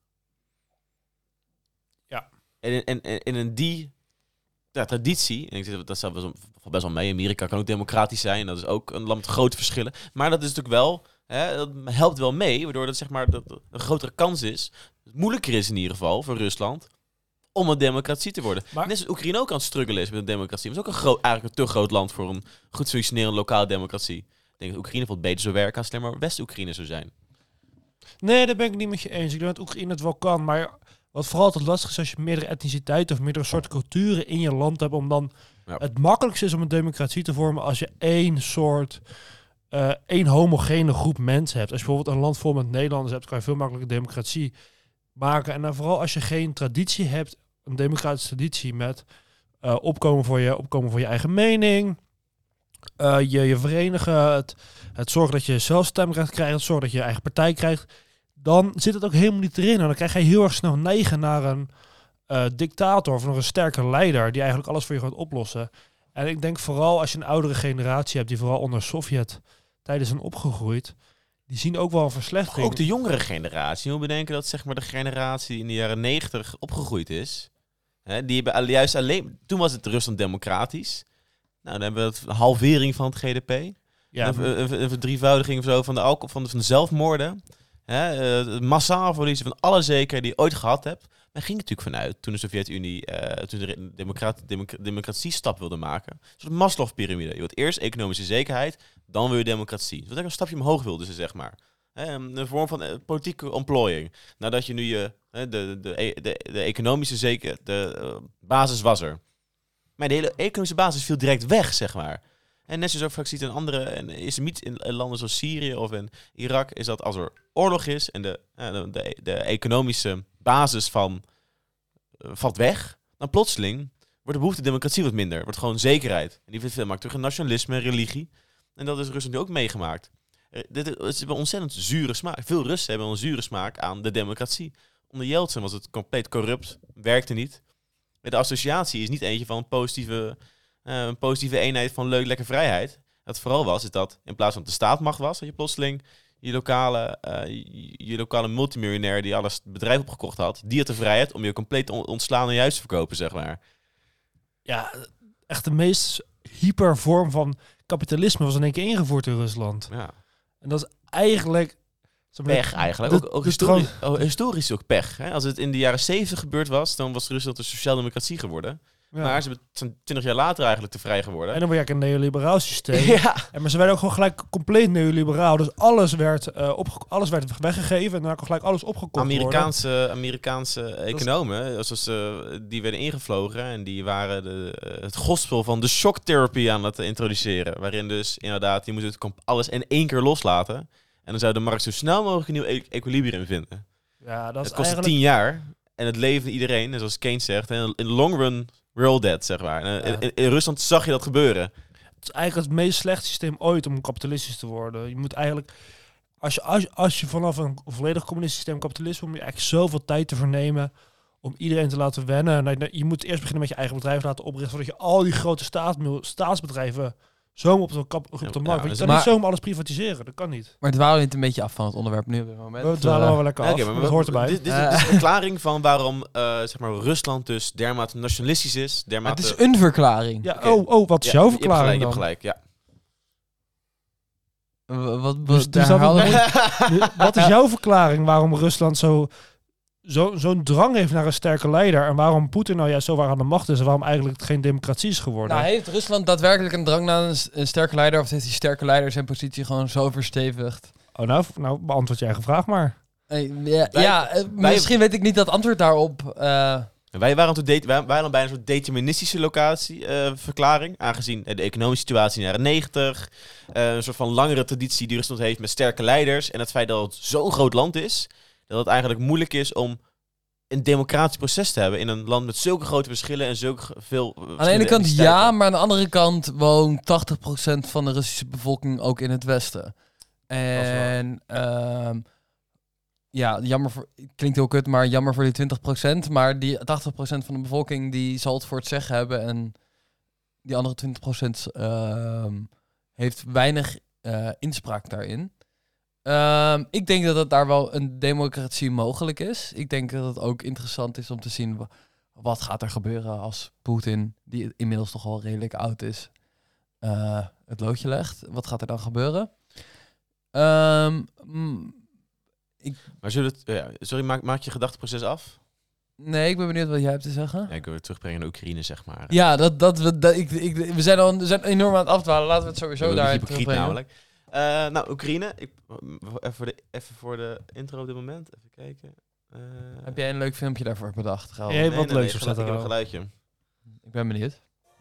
Ja. En, en, en, en in die ja, traditie, en ik zeg dat staat best wel, best wel mee, Amerika kan ook democratisch zijn, en dat is ook een land met grote verschillen. Maar dat is natuurlijk wel, hè, dat helpt wel mee, waardoor dat zeg maar dat een grotere kans is, het moeilijker is in ieder geval voor Rusland, om een democratie te worden. Maar, Net zoals Oekraïne ook aan het struggelen is met een democratie. Het is ook een groot, eigenlijk een te groot land voor een goed functionerende lokale democratie. Ik denk dat Oekraïne bijvoorbeeld beter zou werken als het alleen maar West-Oekraïne zou zijn. Nee, daar ben ik het niet met je eens. Ik denk dat Oekraïne het wel kan, maar wat vooral altijd lastig is als je meerdere etniciteiten of meerdere soorten culturen in je land hebt, om dan Ja. het makkelijkste is om een democratie te vormen als je één soort, uh, één homogene groep mensen hebt. Als je bijvoorbeeld een land vol met Nederlanders hebt, kan je veel makkelijker democratie maken. En dan vooral als je geen traditie hebt, een democratische traditie met uh, opkomen voor je, opkomen voor je eigen mening, uh, je, je verenigen, het, het zorgen dat je zelf stemrecht krijgt, het zorgen dat je je eigen partij krijgt, dan zit het ook helemaal niet erin. En dan krijg je heel erg snel neigen naar een uh, dictator of nog een sterke leider die eigenlijk alles voor je gaat oplossen. En ik denk vooral als je een oudere generatie hebt die vooral onder Sovjet tijden zijn opgegroeid, die zien ook wel een verslechtering. Ook de jongere generatie. Je moet bedenken dat zeg maar de generatie die in de jaren negentig opgegroeid is, hè, die hebben juist alleen, toen was het Rusland democratisch. Nou, dan hebben we het een halvering van het G D P. Ja, een, een, een verdrievoudiging of zo van de alcohol, van de, van de zelfmoorden. Hè, uh, het massaal verliezen van alle zekerheden die je ooit gehad hebt. Men ging natuurlijk vanuit, toen de Sovjet-Unie, uh, toen de democratie, democ- democratie-stap wilde maken. Een soort Maslow-pyramide. Je wilt eerst economische zekerheid, dan wil je democratie. Dus wat ik een stapje omhoog wilde ze, zeg maar. Hè, een vorm van uh, politieke ontplooiing. Nadat je nu je, uh, de, de, de, de economische zeker, de uh, basis was er. Maar de hele economische basis viel direct weg, zeg maar. En net zoals ook vaak ziet in andere en islamiet in landen zoals Syrië of in Irak, is dat als er oorlog is en de, de, de, de economische basis van uh, valt weg, dan plotseling wordt de behoefte aan democratie wat minder. Wordt gewoon zekerheid. En die vindt veel makkelijker terug in nationalisme, religie. En dat is Rusland nu ook meegemaakt. Uh, dit is een ontzettend zure smaak. Veel Russen hebben een zure smaak aan de democratie. Onder Yeltsin was het compleet corrupt, werkte niet. De associatie is niet eentje van een positieve, uh, een positieve eenheid van leuk, lekker vrijheid. Wat vooral was, is dat in plaats van dat de staat macht was, dat je plotseling je lokale, uh, je, je lokale multimiljonair die alles het bedrijf opgekocht had, die had de vrijheid om je compleet te ontslaan en juist te verkopen, zeg maar. ja, echt de meest hyper vorm van kapitalisme was in één keer ingevoerd in Rusland. Ja. En dat is eigenlijk Pech eigenlijk. De, ook ook de historisch, oh, historisch ook pech. Hè? Als het in de jaren zeventig gebeurd was, dan was Rusland een sociaaldemocratie geworden. Ja. Maar ze zijn twintig jaar later eigenlijk te vrij geworden. En dan word je eigenlijk een neoliberaal systeem. Ja. En maar ze werden ook gewoon gelijk compleet neoliberaal. Dus alles werd, uh, opge- alles werd weggegeven en dan kon gelijk alles opgekocht Amerikaanse, worden. Amerikaanse economen, zoals, uh, die werden ingevlogen en die waren de, uh, het gospel van de shock therapy aan het introduceren. Waarin dus inderdaad, je moet het comp- alles in één keer loslaten. En dan zou de markt zo snel mogelijk een nieuw e- equilibrium vinden. Ja, dat Het is kostte eigenlijk... tien jaar en het leefde iedereen, en zoals Keynes zegt, in de long run, we're all dead, zeg maar. En, Ja. in, in Rusland zag je dat gebeuren. Het is eigenlijk het meest slechte systeem ooit om kapitalistisch te worden. Je moet eigenlijk... Als je, als je, als je vanaf een volledig communistisch systeem kapitalisme... moet je eigenlijk zoveel tijd te vernemen om iedereen te laten wennen. En je moet eerst beginnen met je eigen bedrijf laten oprichten, zodat je al die grote staats, staatsbedrijven zomaar op de, kap, op de Ja, markt... ja, Want je dus kan maar- niet zomaar alles privatiseren. Dat kan niet. Maar het dwalen niet een beetje af van het onderwerp nu op dit moment. We dwalen Uh, wel lekker af. Oké, maar dat hoort erbij. Dit, dit, Uh. dit is de verklaring van waarom uh, zeg maar Rusland dus dermate nationalistisch is. het Dermate... is een verklaring. Ja, Oké. oh, oh, wat is Ja, jouw je hebt verklaring gelijk, je dan? hebt gelijk, ja. W- Wat, wat, Dus- dus daar dat hadden moet- we- Wat is jouw verklaring waarom Rusland zo, zo, zo'n drang heeft naar een sterke leider? En waarom Poetin nou juist zo waar aan de macht is? En waarom eigenlijk het geen democratie is geworden? Nou, heeft Rusland daadwerkelijk een drang naar een, s- een sterke leider? Of heeft die sterke leider zijn positie gewoon zo verstevigd? Oh, nou, nou, beantwoord je eigen vraag maar. Eh, ja, Wij- ja eh, wij- misschien weet ik niet dat antwoord daarop. eh, En wij waren toen de- wij waren bij een soort deterministische locatie, uh, verklaring, aangezien uh, de economische situatie in de jaren negentig, uh, een soort van langere traditie die Rusland heeft met sterke leiders en het feit dat het zo'n groot land is, dat het eigenlijk moeilijk is om een democratisch proces te hebben in een land met zulke grote verschillen en zulke veel uh, Aan de ene kant ja, maar aan de andere kant woont tachtig procent van de Russische bevolking ook in het westen. En uh, ja, jammer voor, klinkt heel kut, maar jammer voor die twintig procent. Maar die tachtig procent van de bevolking die zal het voor het zeggen hebben en die andere twintig procent uh, heeft weinig uh, inspraak daarin. Um, ik denk dat het daar wel een democratie mogelijk is. Ik denk dat het ook interessant is om te zien w- wat gaat er gebeuren als Poetin, die inmiddels toch al redelijk oud is, uh, het loodje legt. Wat gaat er dan gebeuren? Um, mm, ik... Maar zullen het, uh, ja, sorry, maak, maak je gedachteproces af? Nee, ik ben benieuwd wat jij hebt te zeggen. Ja, ik wil het terugbrengen naar Oekraïne, zeg maar. Ja, dat, dat, we, dat, ik, ik, we, zijn al, we zijn enorm aan het afdwalen. Laten we het sowieso ja, daar hypocriet terugbrengen. namelijk. Uh, nou, Oekraïne. Ik, even, voor de, even voor de intro op dit moment. Even kijken. Uh, Heb jij een leuk filmpje daarvoor bedacht? Ja, je hebt wat leuks opzetten. Ik heb een geluidje. Ik ben benieuwd.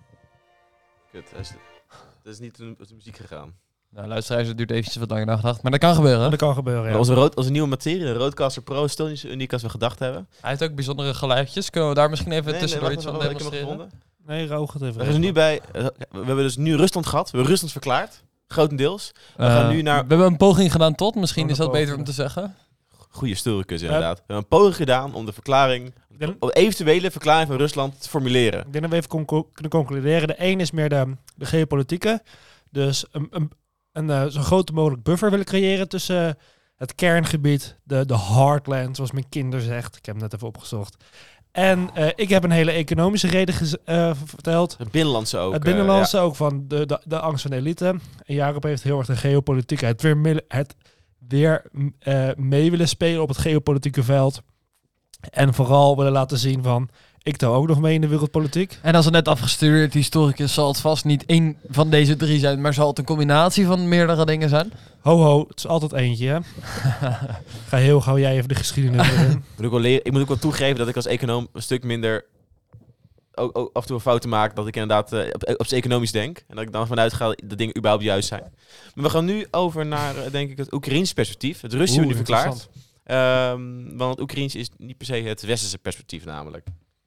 Kut, hij is, dat is niet de, de muziek gegaan. Nou, luisteraars, het duurt eventjes wat langer dan gedacht. Maar dat kan gebeuren. Dat kan gebeuren, ja. Onze, rood, onze nieuwe materie, de Rodecaster Pro, is toch niet zo uniek als we gedacht hebben. Hij heeft ook bijzondere geluidjes. Kunnen we daar misschien even Nee, tussendoor nee, iets wacht van even, ik heb hem demonstreren? gevonden. Nee, roog het even. We, zijn nu bij, uh, we hebben dus nu Rusland gehad. We hebben Rusland verklaard. Grotendeels. We Uh, gaan nu naar... We hebben een poging gedaan tot. Misschien Oh, is een dat beter poging. om te zeggen. Goeie sturkus inderdaad. We hebben een poging gedaan om de verklaring... denk- Om eventuele verklaring van Rusland te formuleren. Ik denk dat we even conco- kunnen concluderen. De een is meer de, de geopolitieke. Dus een, een, een, uh, zo groot mogelijk buffer willen creëren tussen uh, het kerngebied, de, de heartland, zoals mijn kinder zegt. Ik heb hem net even opgezocht. En uh, ik heb een hele economische reden gez- uh, verteld. Het binnenlandse ook. Het binnenlandse uh, ook van de, de, de angst van de elite. En Jacob heeft heel erg de geopolitiek. Het weer, mil- het weer uh, mee willen spelen op het geopolitieke veld. En vooral willen laten zien van... Ik tel ook nog mee in de wereldpolitiek. En als een net afgestudeerd historicus zal het vast niet één van deze drie zijn, maar zal het een combinatie van meerdere dingen zijn? Ho ho, het is altijd eentje, hè? Ga heel gauw jij even de geschiedenis in. Moet ik, wel leren, ik moet ook wel toegeven dat ik als econoom een stuk minder... Ook, ook af en toe een fouten maak dat ik inderdaad uh, op, op z'n economisch denk. En dat ik dan vanuit ga dat dingen überhaupt juist zijn. Maar we gaan nu over naar, uh, denk ik, het Oekraïns perspectief. Het Russische nu verklaard. Um, want het Oekraïens is niet per se het westerse perspectief namelijk.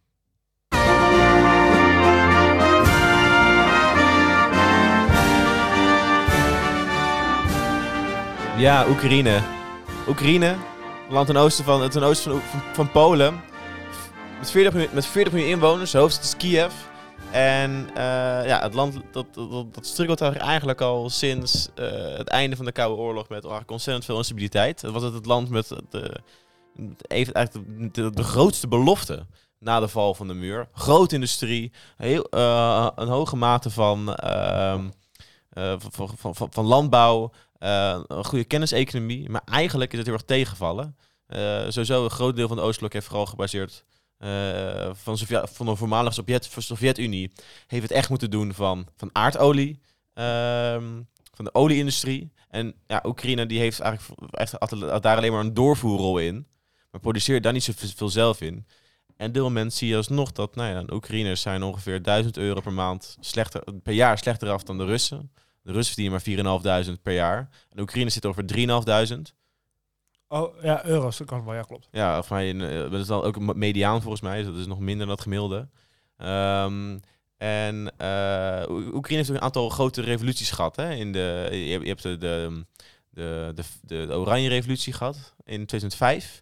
Ja, Oekraïne. Oekraïne, land ten oosten van, ten oosten van, van, van Polen. Met veertig miljoen, met veertig miljoen inwoners, de hoofdstad is Kiev. En uh, ja, het land dat, dat, dat struggelt eigenlijk al sinds uh, het einde van de Koude Oorlog met eigenlijk ontzettend veel instabiliteit. Het was het, het land met de, even, eigenlijk de, de grootste belofte na de val van de muur. Grote industrie, heel, uh, een hoge mate van, uh, uh, van, van, van, van landbouw, uh, een goede kenniseconomie. Maar eigenlijk is het heel erg tegengevallen. Uh, sowieso een groot deel van de Oostblok heeft vooral gebaseerd... Uh, van, Sovjet, van de voormalige Sovjet, Sovjet-Unie heeft het echt moeten doen van, van aardolie, uh, van de olieindustrie. En ja, Oekraïne die heeft eigenlijk echt daar alleen maar een doorvoerrol in, maar produceert daar niet zoveel zelf in. En op dit moment zie je alsnog dat nou ja, de Oekraïners zijn ongeveer duizend euro per maand slechter, per jaar slechter af dan de Russen. De Russen verdienen maar vierduizend vijfhonderd per jaar. En de Oekraïners zitten over drieduizendvijfhonderd. Oh, ja, euro's, dat kan wel, ja, klopt. Ja, of mij, uh, dat is dan ook een mediaan volgens mij, dus dat is nog minder dan het gemiddelde. Um, en uh, Oekraïne heeft ook een aantal grote revoluties gehad. Hè? In de, je, hebt, je hebt de, de, de, de, de Oranje Revolutie gehad in tweeduizend vijf.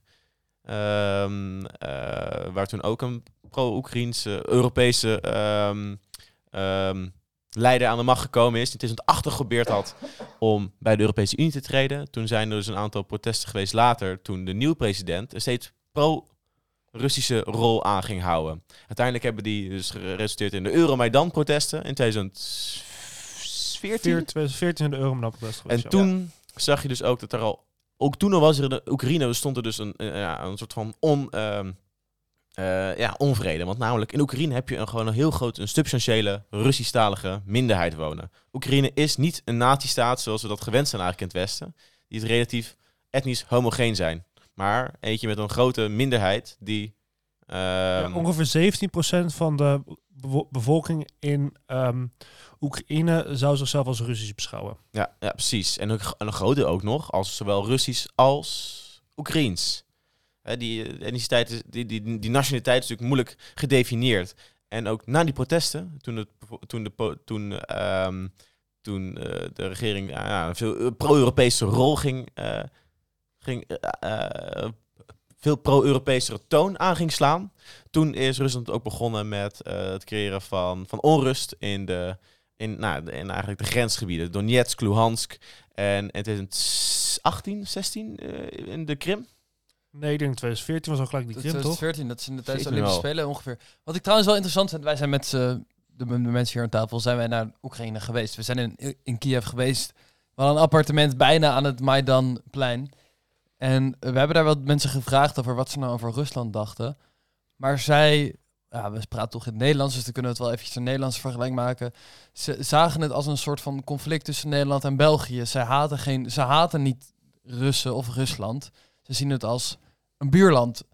Um, uh, waar toen ook een pro-Oekraïense, Europese um, um, leider aan de macht gekomen is. Die in tweeduizend acht geprobeerd had om bij de Europese Unie te treden. Toen zijn er dus een aantal protesten geweest later, toen de nieuwe president een steeds pro-Russische rol aan ging houden. Uiteindelijk hebben die dus geresulteerd in de Euromaidan-protesten in tweeduizend veertien. tweeduizend veertien de Euromaidan-protest geweest. En toen ja. zag je dus ook dat er al, ook toen al was er in de Oekraïne, stond er dus een, ja, een soort van on... Um, Uh, ja, onvrede. Want namelijk in Oekraïne heb je een, gewoon een heel groot, een substantiële Russisch-talige minderheid wonen. Oekraïne is niet een nazistaat zoals we dat gewend zijn eigenlijk in het Westen. Die is relatief etnisch homogeen zijn. Maar eentje met een grote minderheid die Um, Ja, ongeveer zeventien procent van de bevo- bevolking in um, Oekraïne zou zichzelf als Russisch beschouwen. Ja, ja, precies. En ook, en een grote ook nog, als zowel Russisch als Oekraïens. Hè, die etniciteit, is- die, die, die nationaliteit is natuurlijk moeilijk gedefinieerd. En ook na die protesten, toen, het, toen, de, po- toen, ehm, toen uh, de regering uh, ja, een veel pro-Europese rol ging, uh, ging uh, uh, veel pro-Europese toon aan ging slaan. Toen is Rusland ook begonnen met uh, het creëren van, van onrust in de in, nou, in eigenlijk de grensgebieden. Donetsk, Luhansk en in twintig achttien, zestien uh, in de Krim. Nee, ik denk twintig veertien was al gelijk die Krim, toch? twintig veertien, dat is in de tijdens de veertien Olympische wel. Spelen ongeveer. Wat ik trouwens wel interessant vind, wij zijn met z'n- de, de mensen hier aan tafel, zijn wij naar Oekraïne geweest. We zijn in, in Kiev geweest. We hadden een appartement bijna aan het Maidanplein. En we hebben daar wat mensen gevraagd over wat ze nou over Rusland dachten. Maar zij, ja, we praten toch in het Nederlands, dus dan kunnen we het wel eventjes een Nederlandse vergelijking maken. Ze zagen het als een soort van conflict tussen Nederland en België. Ze haten, geen, ze haten niet Russen of Rusland. Ze zien het als een buurland.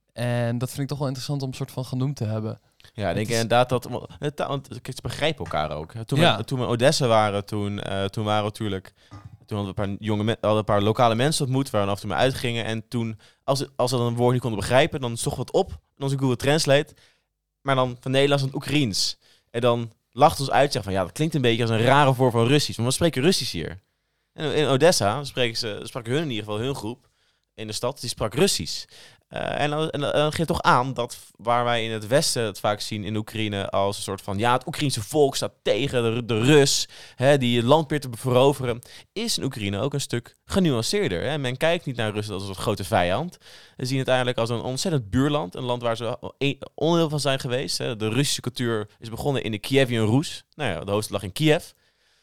En dat vind ik toch wel interessant om een soort van genoemd te hebben. Ja, ik denk is- inderdaad dat... Want kijk, ze begrijpen elkaar ook. Toen, Ja. we, toen we in Odessa waren, toen, uh, toen waren we natuurlijk... Toen hadden we een paar, jonge me- hadden een paar lokale mensen ontmoet, waar we af en toe mee uitgingen. En toen, als, als we dan een woord niet konden begrijpen, dan zochten we het op in onze Google Translate. Maar dan van Nederlands naar het Oekraïens. En dan lacht ons uit, zeggen van ja, dat klinkt een beetje als een rare vorm van Russisch. Maar we spreken Russisch hier. En in Odessa spreken ze, spraken hun in ieder geval, hun groep in de stad, die sprak Russisch. Uh, en, dan, en dan geeft toch aan dat waar wij in het Westen het vaak zien in Oekraïne als een soort van, ja, het Oekraïense volk staat tegen de, de Rus, hè, die het land probeert te veroveren, is in Oekraïne ook een stuk genuanceerder. Hè. Men kijkt niet naar Rusland als een grote vijand. We zien het eigenlijk als een ontzettend buurland, een land waar ze een, onderdeel van zijn geweest. Hè. De Russische cultuur is begonnen in de Kievian Rus. Nou ja, de hoofdstad lag in Kiev.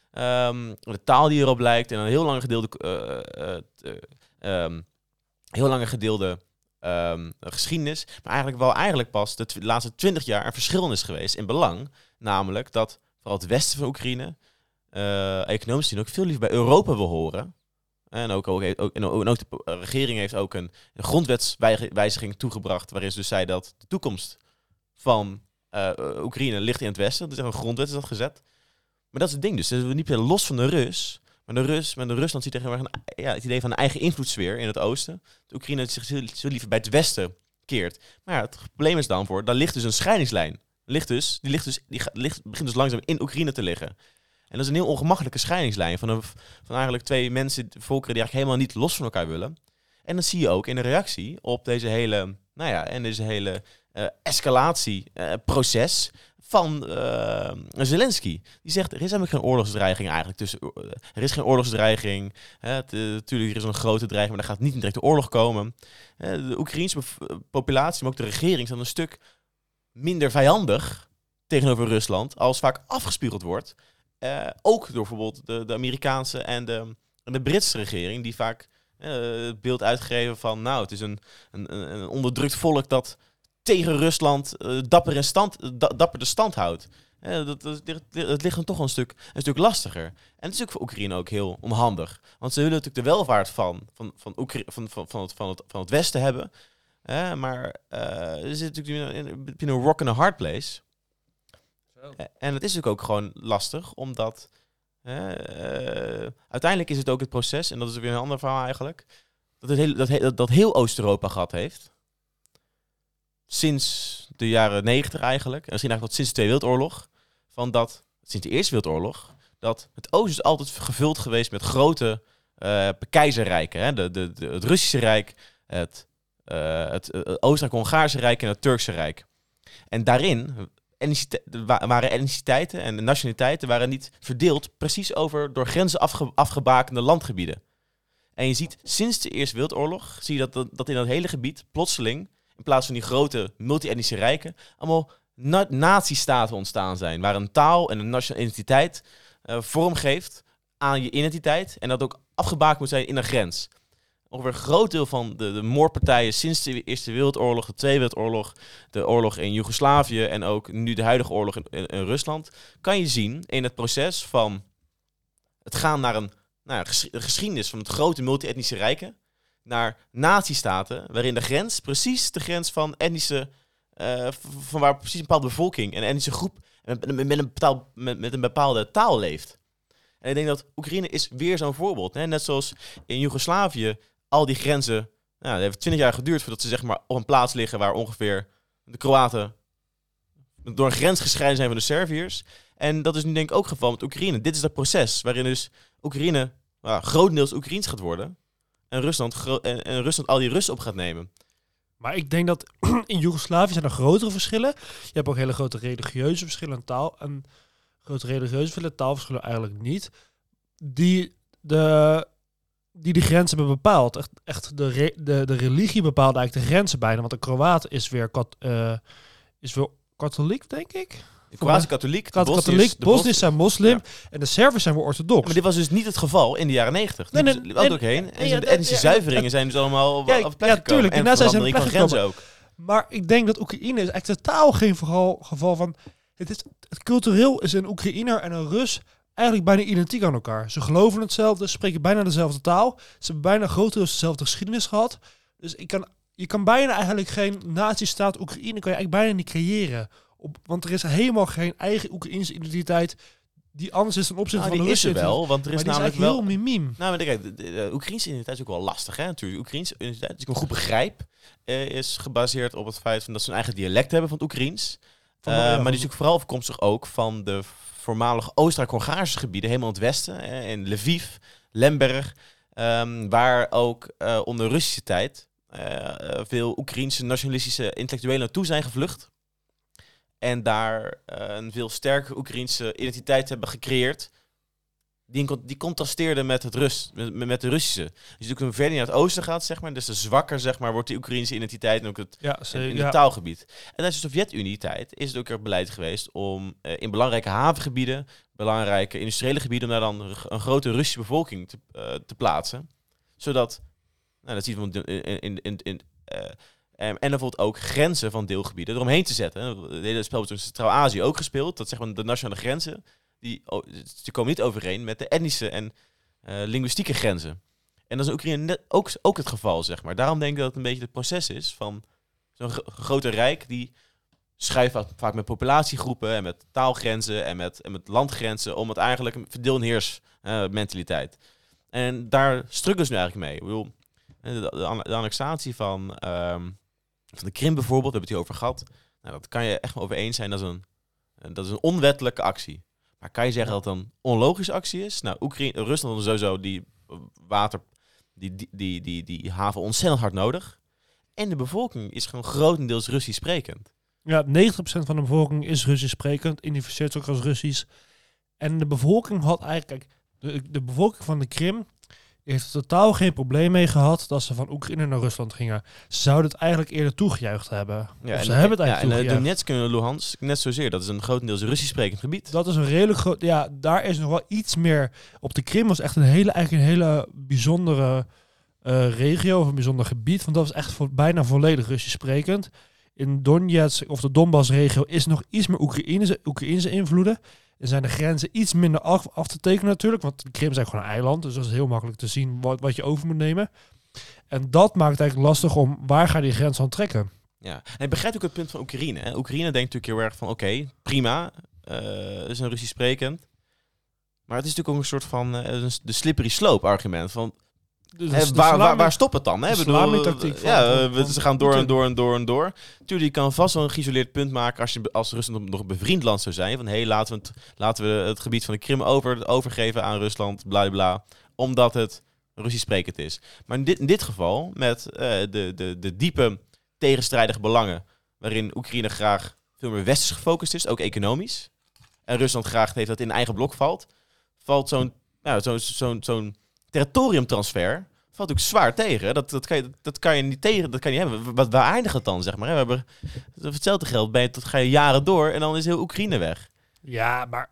Um, de taal die erop lijkt en een heel lange gedeelde... Uh, uh, uh, um, heel lange gedeelde um, geschiedenis, maar eigenlijk wel eigenlijk pas de, tw- de laatste twintig jaar een verschil is geweest in belang. Namelijk dat vooral het westen van Oekraïne, uh, economisch gezien ook veel liever bij Europa wil horen. En ook, ook, ook, en ook de regering heeft ook een, een grondwetswijziging toegebracht, waarin ze dus zei dat de toekomst van uh, Oekraïne ligt in het westen. Dus een grondwet is dat gezet. Maar dat is het ding dus. Ze zijn niet los van de Rus. Maar de, Rus, maar de Rusland ziet tegen een, ja, het idee van een eigen invloedssfeer in het oosten. De Oekraïne zich zo liever bij het westen keert. Maar ja, het probleem is dan voor, daar ligt dus een scheidingslijn. Ligt dus, die, ligt dus, die gaat, ligt, begint dus langzaam in Oekraïne te liggen. En dat is een heel ongemakkelijke scheidingslijn van, een, van eigenlijk twee mensen, volkeren die eigenlijk helemaal niet los van elkaar willen. En dat zie je ook in de reactie op deze hele, nou ja, en deze hele uh, escalatieproces. Uh, van uh, Zelensky. Die zegt, er is helemaal geen oorlogsdreiging eigenlijk tussen... Uh, er is geen oorlogsdreiging. Natuurlijk, uh, er is een grote dreiging, maar er gaat niet een directe oorlog komen. Uh, de Oekraïense bev- populatie, maar ook de regering, zijn een stuk minder vijandig tegenover Rusland, als vaak afgespiegeld wordt. Uh, ook door bijvoorbeeld de, de Amerikaanse en de, en de Britse regering, die vaak uh, het beeld uitgeven van, nou, het is een, een, een onderdrukt volk dat tegen Rusland uh, dapper, in stand, uh, dapper de stand houdt. Uh, dat, dat, dat, dat ligt dan toch een stuk, een stuk lastiger. En het is ook voor Oekraïne ook heel onhandig. Want ze willen natuurlijk de welvaart van, van, van, Oekra- van, van, van, het, van, het, van het Westen hebben. Uh, maar uh, er zit natuurlijk in, in een rock and a hard place. Zo. Uh, en het is natuurlijk ook gewoon lastig, omdat uh, uh, uiteindelijk is het ook het proces, en dat is weer een ander verhaal eigenlijk, dat, het heel, dat, dat, dat heel Oost-Europa gehad heeft. Sinds de jaren negentig eigenlijk, en misschien eigenlijk tot sinds de Tweede Wereldoorlog, van dat, sinds de Eerste Wereldoorlog, dat het Oosten is altijd gevuld geweest met grote uh, keizerrijken. Hè? De, de, de, het Russische Rijk, het, uh, het uh, Oostenrijk-Hongaarse Rijk en het Turkse Rijk. En daarin etnicite- waren etniciteiten en nationaliteiten waren niet verdeeld precies over door grenzen afge- afgebakende landgebieden. En je ziet sinds de Eerste Wereldoorlog, zie je dat, dat, dat in dat hele gebied plotseling, in plaats van die grote multi-etnische rijken, allemaal na- nazistaten ontstaan zijn. Waar een taal en een nationale identiteit uh, vorm geeft aan je identiteit. En dat ook afgebakend moet zijn in een grens. Ongeveer een groot deel van de, de moordpartijen sinds de Eerste Wereldoorlog, de Tweede Wereldoorlog, de oorlog in Joegoslavië en ook nu de huidige oorlog in, in, in Rusland, kan je zien in het proces van het gaan naar een, nou, ges- de geschiedenis van het grote multi-etnische rijken, naar nazistaten, waarin de grens precies de grens van etnische uh, van waar precies een bepaalde bevolking, een etnische groep, met, met, een, betaald, met, met een bepaalde taal leeft. En ik denk dat Oekraïne is weer zo'n voorbeeld. Hè? Net zoals in Joegoslavië al die grenzen, nou, dat heeft twintig jaar geduurd voordat ze zeg maar op een plaats liggen waar ongeveer de Kroaten door een grens gescheiden zijn van de Serviërs. En dat is nu denk ik ook het geval met Oekraïne. Dit is dat proces waarin dus Oekraïne nou, grotendeels Oekraïens gaat worden. En Rusland, gro- en, en Rusland al die Russen op gaat nemen. Maar ik denk dat in Joegoslavië zijn er grotere verschillen. Je hebt ook hele grote religieuze verschillen en taal. En grote religieuze verschillen, taalverschillen eigenlijk niet. Die de, die de grenzen hebben bepaald. Echt, echt de, re, de, de religie bepaalde eigenlijk de grenzen bijna. Want de Kroaat is weer, kat, uh, is weer katholiek, denk ik. De Kroatische katholiek, Kat- katholiek, de Bosniërs zijn moslim ja. en de Serviërs zijn weer orthodox. Ja, maar dit was dus niet het geval in de jaren negentig. Nee, nee, nee, ook heen. En ja, de etnische ja, zuiveringen ja, zijn dus allemaal ja, op plek ja, tuurlijk. En daarna zijn ze op plek gekomen. Ook. Maar ik denk dat Oekraïne is eigenlijk totaal geen geval, geval van... Het, is, het cultureel is een Oekraïner en een Rus eigenlijk bijna identiek aan elkaar. Ze geloven hetzelfde, spreken bijna dezelfde taal. Ze hebben bijna grotendeels dezelfde geschiedenis gehad. Dus ik kan, je kan bijna eigenlijk geen nazistaat Oekraïne kan je eigenlijk bijna niet creëren. Op, want er is helemaal geen eigen Oekraïnse identiteit die anders is ten opzichte nou, van de Russen. Die is er wel, want er is maar namelijk is wel heel mimiem. Nou, maar kijk, de, de, de Oekraïnse identiteit is ook wel lastig, hè? Natuurlijk, Oekraïnse identiteit, als ik me goed begrijp, uh, is gebaseerd op het feit van dat ze een eigen dialect hebben van het Oekraïens. Uh, ja, maar die is natuurlijk vooral afkomstig ook van de voormalige Oostenrijk-Hongaarse gebieden, helemaal in het westen, uh, in Lviv, Lemberg, um, waar ook uh, onder Russische tijd uh, veel Oekraïense nationalistische intellectuelen naartoe zijn gevlucht. En daar uh, een veel sterkere Oekraïense identiteit hebben gecreëerd. Die, die contrasteerde met, het Rus, met, met de Russische. Dus natuurlijk hoe verder naar het oosten gaat, zeg maar, dus de zwakker zeg maar, wordt die Oekraïnse identiteit en ook het ja, ze, in, in ja. het taalgebied. En tijdens de Sovjet-Unie-tijd is het ook er beleid geweest om uh, in belangrijke havengebieden, belangrijke industriële gebieden, om daar dan een grote Russische bevolking te, uh, te plaatsen. Zodat, nou, dat zie je van in... in, in, in uh, Um, en bijvoorbeeld ook grenzen van deelgebieden eromheen te zetten. Het hele spel wordt in Centraal-Azië ook gespeeld. Dat zeg maar de nationale grenzen, die, oh, die komen niet overeen met de etnische en uh, linguïstieke grenzen. En dat is in Oekraïne net ook, ook het geval, zeg maar. Daarom denk ik dat het een beetje het proces is van zo'n g- grote rijk die schuift vaak met populatiegroepen en met taalgrenzen en met, en met landgrenzen om het eigenlijk een verdeel en heers uh, mentaliteit. En daar struggelen ze nu eigenlijk mee. Ik bedoel, de, de, de annexatie van... Um, Van de Krim bijvoorbeeld, we hebben het hier over gehad. Nou, dat kan je echt wel over eens zijn. Dat is een, dat is een onwettelijke actie. Maar kan je zeggen ja. dat het een onlogische actie is? Nou, Oekraïne, Rusland sowieso die water, die, die, die, die, die haven ontzettend hard nodig. En de bevolking is gewoon grotendeels Russisch sprekend. Ja, negentig procent van de bevolking is Russisch sprekend. Identificeert ook als Russisch. En de bevolking had eigenlijk... De, de bevolking van de Krim... heeft er totaal geen probleem mee gehad dat ze van Oekraïne naar Rusland gingen. Ze zouden het eigenlijk eerder toegejuicht hebben. Ja, of en ze hebben het eigenlijk ja, toegejuicht. En Donetsk en Luhansk net zozeer. Dat is een grotendeels Russisch sprekend gebied. Dat is een redelijk groot... Ja, daar is nog wel iets meer... Op de Krim was echt een hele, eigenlijk een hele bijzondere uh, regio, of een bijzonder gebied. Want dat was echt vo- bijna volledig Russisch sprekend. In Donetsk, of de Donbass-regio, is nog iets meer Oekraïnse, Oekraïnse invloeden. Er zijn de grenzen iets minder af, af te tekenen natuurlijk, want de Krim is eigenlijk gewoon een eiland, dus dat is heel makkelijk te zien wat, wat je over moet nemen. En dat maakt het eigenlijk lastig om, waar ga je die grens aan trekken? Ja, en ik begrijp ook het punt van Oekraïne. Hè? Oekraïne denkt natuurlijk heel erg van, oké, okay, prima, uh, is een Russisch sprekend. Maar het is natuurlijk ook een soort van uh, de slippery slope argument van... Dus He, waar, salami, waar, waar stopt het dan? Hè? De salami-tactiek van... Ja, van, van, ze gaan door en door en door en door. Tuurlijk, je kan vast wel een geïsoleerd punt maken als, je, als Rusland nog een bevriend land zou zijn. Van, hé, hey, laten, we het, laten we het gebied van de Krim over, overgeven aan Rusland, bla bla. Omdat het Russisch sprekend is. Maar in dit, in dit geval, met uh, de, de, de diepe tegenstrijdige belangen, waarin Oekraïne graag veel meer westers gefocust is, ook economisch. En Rusland graag heeft dat in eigen blok valt. Valt zo'n, nou, zo'n, zo'n, zo'n territoriumtransfer valt ook zwaar tegen. Dat, dat, kan je, dat kan je niet tegen, dat kan je niet hebben. Wat, waar eindigt het dan, zeg maar? We hebben hetzelfde geld bij, dat ga je jaren door en dan is heel Oekraïne weg. Ja, maar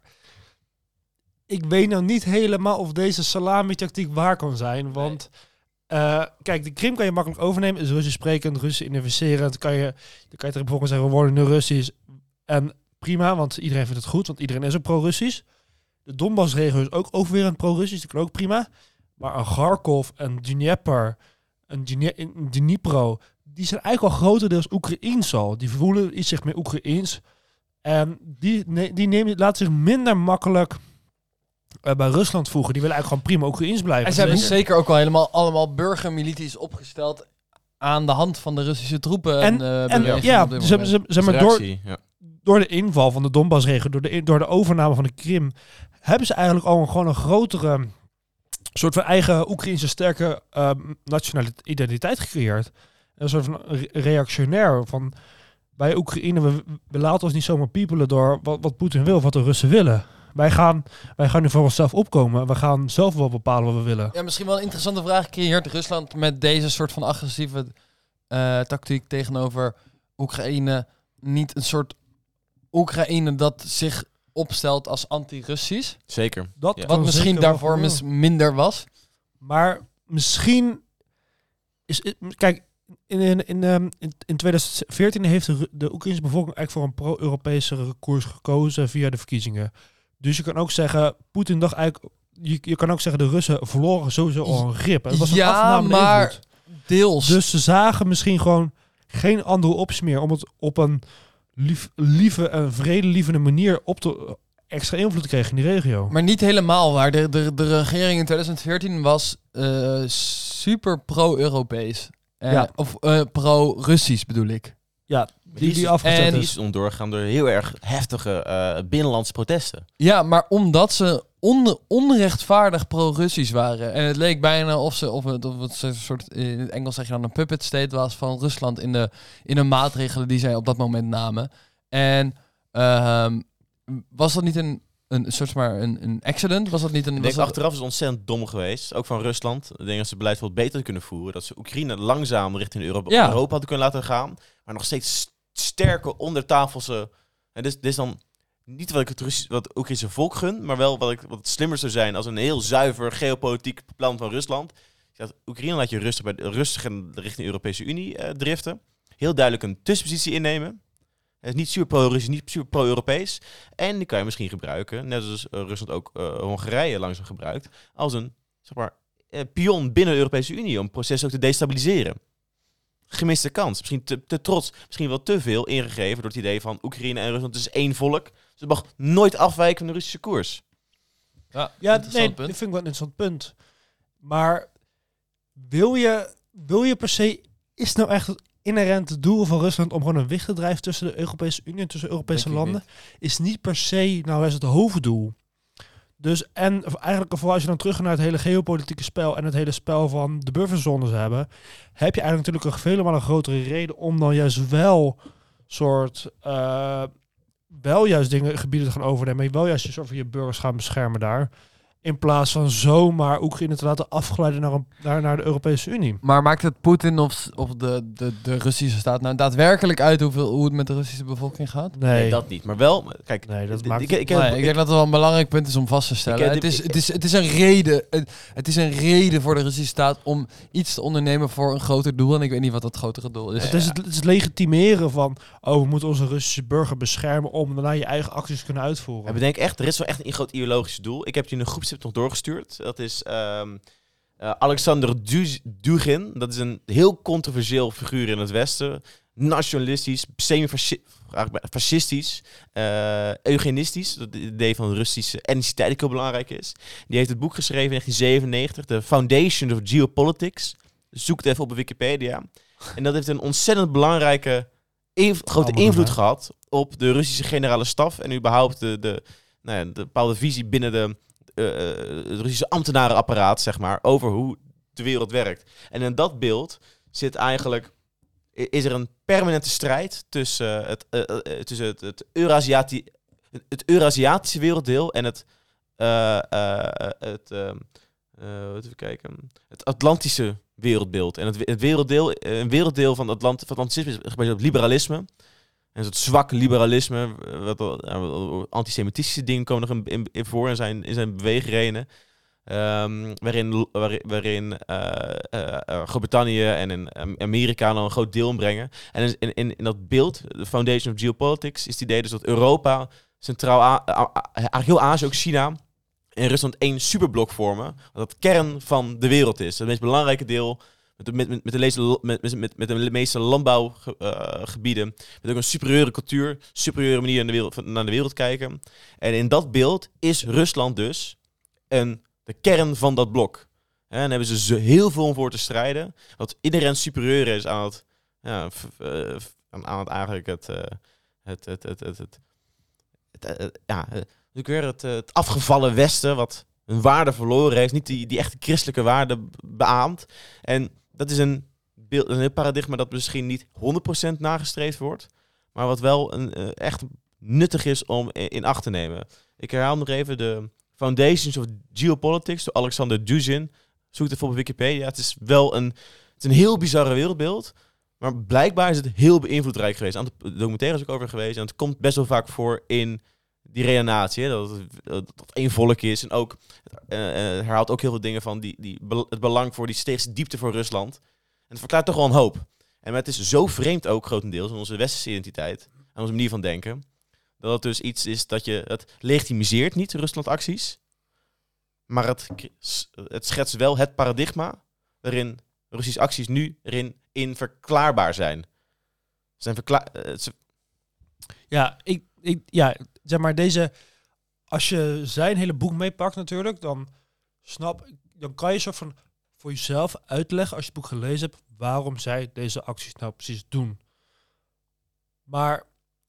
ik weet nou niet helemaal of deze salami-tactiek waar kan zijn, want nee. uh, kijk, de Krim kan je makkelijk overnemen, is Russisch sprekend, Russisch identificerend. Kan je, dan kan je tegen bijvoorbeeld zeggen, we worden nu Russisch en prima, want iedereen vindt het goed, want iedereen is ook pro-Russisch. De Donbass-regio is ook overwerend pro-Russisch, dat kan ook prima. Maar een Kharkov, een Dnieper, een Dnie- Dnipro, die zijn eigenlijk al grotendeels Oekraïens al. Die voelen iets zich meer Oekraïens. En die, ne- die nemen, laten zich minder makkelijk uh, bij Rusland voegen. Die willen eigenlijk gewoon prima Oekraïens blijven. En ze hebben Zeker. zeker ook al helemaal allemaal burgermilities opgesteld aan de hand van de Russische troepen. En, En, uh, en bewegingen ja, op dit ze, moment. ze, zeg maar, door, Reactie, ja. door de inval van de Donbassregio, door de, door de overname van de Krim, hebben ze eigenlijk al een, gewoon een grotere soort van eigen Oekraïnse sterke uh, nationale identiteit gecreëerd. Een soort van re- reactionair van wij Oekraïne, we, we laten ons niet zomaar piepelen door wat, wat Poetin wil, wat de Russen willen. Wij gaan, wij gaan nu voor onszelf opkomen. We gaan zelf wel bepalen wat we willen. Ja, misschien wel een interessante vraag. Creëert Rusland met deze soort van agressieve uh, tactiek tegenover Oekraïne niet een soort Oekraïne dat zich opstelt als anti-Russisch? Zeker. Dat Ja. Wat kan misschien zeker wel daarvoor gebeuren. mis minder was. Maar misschien is het... Kijk, in, in, in, um, in, in twintig veertien heeft de, Ru- de Oekraïnse bevolking eigenlijk voor een pro-Europese koers gekozen via de verkiezingen. Dus je kan ook zeggen, Poetin dacht eigenlijk... Je, je kan ook zeggen, de Russen verloren sowieso al een grip. Het was een Ja, afname maar invloed. deels. Dus ze zagen misschien gewoon geen andere optie meer om het op een lief, lieve en vredelievende manier op te extra invloed te krijgen in die regio. Maar niet helemaal waar. De, de, de regering in twintig veertien was uh, super pro-Europees. Uh, Ja. Of uh, pro-Russisch bedoel ik. Ja, die, die en- afgezet Die is. is ondergaan door heel erg heftige uh, binnenlandse protesten. Ja, maar omdat ze on, onrechtvaardig pro-Russisch waren. En het leek bijna of, ze, of, het, of het een soort, in het Engels zeg je dan een puppet state was van Rusland in de, in de maatregelen die zij op dat moment namen. En uh, was dat niet een, een soort maar een, een accident? Was dat niet een... Ik Was denk dat, achteraf is het ontzettend dom geweest. Ook van Rusland. Ik denk dat ze beleid veel beter kunnen voeren. Dat ze Oekraïne langzaam richting Europa, Ja. Europa hadden kunnen laten gaan. Maar nog steeds sterke ondertafelse... En dit, dit is dan niet wat ik het, Russisch, wat het Oekraïnse volk gun, maar wel wat, ik, wat het slimmer zou zijn als een heel zuiver geopolitiek plan van Rusland. Dat Oekraïne laat je rustig, bij, rustig richting de Europese Unie uh, driften. Heel duidelijk een tussenpositie innemen. Het is niet super pro-Russisch, niet super pro-Europees. En die kan je misschien gebruiken, net zoals uh, Rusland ook uh, Hongarije langzaam gebruikt, als een zeg maar, uh, pion binnen de Europese Unie om het proces ook te destabiliseren. Gemiste kans. Misschien te, te trots. Misschien wel te veel ingegeven door het idee van Oekraïne en Rusland. Het is één volk. Dus het mag nooit afwijken van de Russische koers. ja, Ja, interessant nee, punt. dat vind ik wel een interessant punt. Maar wil je, wil je per se... Is het nou echt het inherente doel van Rusland om gewoon een wicht te drijven tussen de Europese Unie en tussen Europese Denk ik landen? Is niet per se nou is het hoofddoel. Dus en eigenlijk vooral als je dan terug naar het hele geopolitieke spel en het hele spel van de bufferzones hebben, heb je eigenlijk natuurlijk een vele malen grotere reden om dan juist wel soort uh, wel juist dingen, gebieden te gaan overnemen, wel juist je soort van je burgers gaan beschermen daar. In plaats van zomaar Oekraïne te laten afglijden naar, een, naar, naar de Europese Unie. Maar maakt het Poetin of, of de, de, de Russische staat nou daadwerkelijk uit hoeveel, hoe het met de Russische bevolking gaat? Nee, Nee, dat niet. Maar wel, kijk, nee dat d- maakt... ik, ik, ik, Nee, ik denk dat het wel een belangrijk punt is om vast te stellen. Ik, eh, het, dit- is, ik- het, is, het is een reden. Het, het is een reden voor de Russische staat om iets te ondernemen voor een groter doel. En ik weet niet wat dat grotere doel is. het, is het, het is legitimeren van, oh, we moeten onze Russische burger beschermen om daarna je eigen acties te kunnen uitvoeren. ik bedenk echt, er is wel echt een groot ideologisch doel. Ik heb je in een groepstip nog doorgestuurd. Dat is um, uh, Alexander Du- Dugin. Dat is een heel controversieel figuur in het Westen. Nationalistisch, semi-fascistisch, uh, eugenistisch. Dat het idee van Russische etniciteit ook heel belangrijk is. Die heeft het boek geschreven in negentien zevenennegentig, The Foundation of Geopolitics. Zoek het even op Wikipedia. En dat heeft een ontzettend belangrijke, inv- grote Allemaal invloed hè? gehad op de Russische generale staf en überhaupt de, de, nou ja, de bepaalde visie binnen de, uh, het Russische ambtenarenapparaat, zeg maar, over hoe de wereld werkt. En in dat beeld zit eigenlijk, i- is er een permanente strijd tussen uh, het, uh, uh, tussen het, het, Eurasiati- het Eurasiatische werelddeel en het, uh, uh, het, uh, uh, even kijken, het Atlantische wereldbeeld. En het, het werelddeel, een werelddeel van het Atlant, van het Atlantisme is gebaseerd op liberalisme. En een soort zwak liberalisme, wat, uh, antisemitistische dingen komen nog in, in, in voor in zijn, in zijn beweegredenen. Um, waarin waarin, waarin uh, uh, uh, Groot-Brittannië en in Amerika nou een groot deel in brengen. En in, in, in dat beeld, de Foundation of Geopolitics, is het idee dus dat Europa, Centraal A- A- A- eigenlijk heel Azië, ook China en Rusland één superblok vormen. Wat het kern van de wereld is. Het meest belangrijke deel met, met, met, met, de, leeste, met, met, met de meeste landbouwgebieden, uh, met ook een superieure cultuur, superieure manier naar de, wereld, naar de wereld kijken. En in dat beeld is Rusland dus een, de kern van dat blok. En dan hebben ze zo heel veel om voor te strijden, dat iedereen superieur is aan het, ja, f, uh, aan het eigenlijk het, uh, het, het, het, het, het, het, het, het ja, ik weer het, het afgevallen Westen, wat een waarde verloren heeft, niet die, die echte christelijke waarde beaamt. En dat is een, beeld, een paradigma dat misschien niet honderd procent nagestreefd wordt, maar wat wel een, uh, echt nuttig is om in acht te nemen. Ik herhaal nog even de Foundations of Geopolitics door Alexander Dugin. Zoek het even op Wikipedia. Het is wel een, het is een heel bizarre wereldbeeld, maar blijkbaar is het heel beïnvloedrijk geweest. Aan de documentaire is ook over geweest en het komt best wel vaak voor in die redenatie, hè, dat het dat het één volk is. En ook uh, uh, herhaalt ook heel veel dingen van die, die, het belang voor die steeds diepte voor Rusland. En het verklaart toch wel een hoop. En maar het is zo vreemd ook grotendeels in onze westerse identiteit en onze manier van denken, dat het dus iets is dat je het legitimiseert niet, Rusland-acties, maar het, het schetst wel het paradigma waarin Russische acties nu erin in verklaarbaar zijn. Ze zijn verklaar... Uh, ze... Ja, ik, ik, ja, zeg maar deze... Als je zijn hele boek meepakt natuurlijk, dan snap... Dan kan je zo van voor jezelf uitleggen, als je het boek gelezen hebt, waarom zij deze acties nou precies doen. Maar...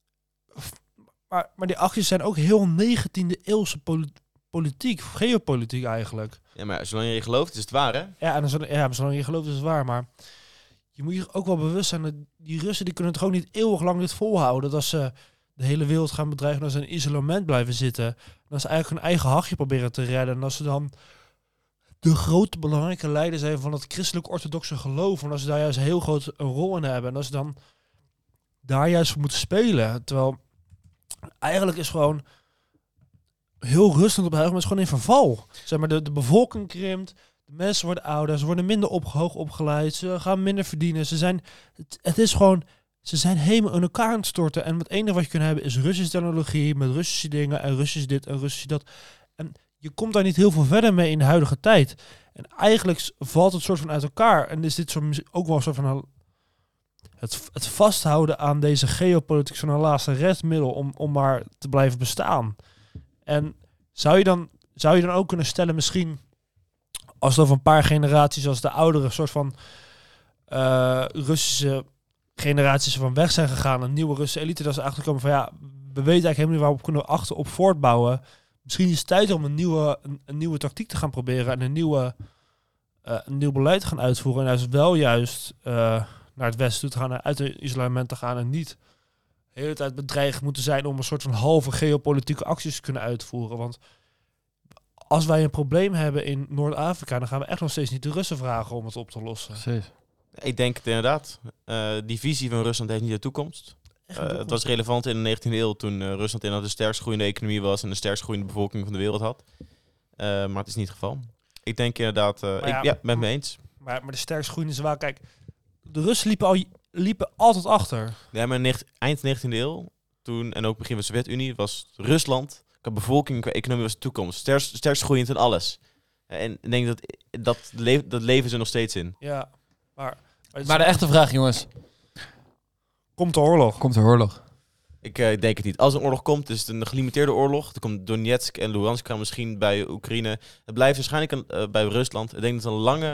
Maar, maar die acties zijn ook heel negentiende eeuwse politiek. Politiek, geopolitiek eigenlijk. Ja, maar zolang je je gelooft, is het waar, hè? Ja, en dan, ja, zolang je gelooft, is het waar. Maar je moet je ook wel bewust zijn dat die Russen die kunnen het gewoon niet eeuwig lang dit volhouden. Dat ze de hele wereld gaan bedreigen, dat ze in isolement blijven zitten. Dat ze eigenlijk hun eigen hachje proberen te redden. En dat ze dan de grote belangrijke leider zijn van het christelijk-orthodoxe geloof. En dat ze daar juist heel groot een rol in hebben. En dat ze dan daar juist voor moeten spelen. Terwijl eigenlijk is gewoon... heel Rusland op het moment is gewoon in verval. Zeg maar, de, de bevolking krimpt, de mensen worden ouder, ze worden minder op, hoog opgeleid, ze gaan minder verdienen. Ze zijn, het, het is gewoon, ze zijn helemaal in elkaar aan het storten. En het enige wat je kunt hebben is Russische technologie met Russische dingen en Russisch dit en Russisch dat. En je komt daar niet heel veel verder mee in de huidige tijd. En eigenlijk valt het soort van uit elkaar. En is dit zo, ook wel een soort van een, het, het vasthouden aan deze geopolitiek zo'n laatste restmiddel om, om maar te blijven bestaan. En zou je dan, zou je dan ook kunnen stellen, misschien als er over een paar generaties, als de oudere soort van uh, Russische generaties van weg zijn gegaan, een nieuwe Russische elite, dat ze achterkomen van ja, we weten eigenlijk helemaal niet waar we kunnen we achter op voortbouwen. Misschien is het tijd om een nieuwe, een, een nieuwe tactiek te gaan proberen en een, nieuwe, uh, een nieuw beleid te gaan uitvoeren. En juist wel juist uh, naar het westen toe te gaan, uit het isolement te gaan en niet de hele tijd bedreigd moeten zijn om een soort van halve geopolitieke acties te kunnen uitvoeren. Want als wij een probleem hebben in Noord-Afrika, dan gaan we echt nog steeds niet de Russen vragen om het op te lossen. Precies. Ik denk het inderdaad. Uh, die visie van Rusland heeft niet de toekomst. Uh, het was relevant in de negentiende eeuw toen uh, Rusland inderdaad de sterkst groeiende economie was en de sterkst groeiende bevolking van de wereld had. Uh, maar het is niet het geval. Ik denk inderdaad, uh, ja, ik ja, ben het mee eens. Maar, maar de sterkst groeiende is waar. Kijk, de Russen liepen, al, liepen altijd achter. Ja, maar nicht, eind negentiende eeuw, toen en ook begin van de Sovjet-Unie, was Rusland, qua bevolking, qua economie was de toekomst. Sterkst, sterkst groeiend in alles. En ik denk dat dat, le- dat leven ze nog steeds in. Ja, maar... Maar de echte vraag, jongens. Komt de oorlog? Komt de oorlog? Ik uh, denk het niet. Als een oorlog komt, is het een gelimiteerde oorlog. Er komt Donetsk en Luhansk misschien bij Oekraïne. Het blijft waarschijnlijk een, uh, bij Rusland. Ik denk dat een lange...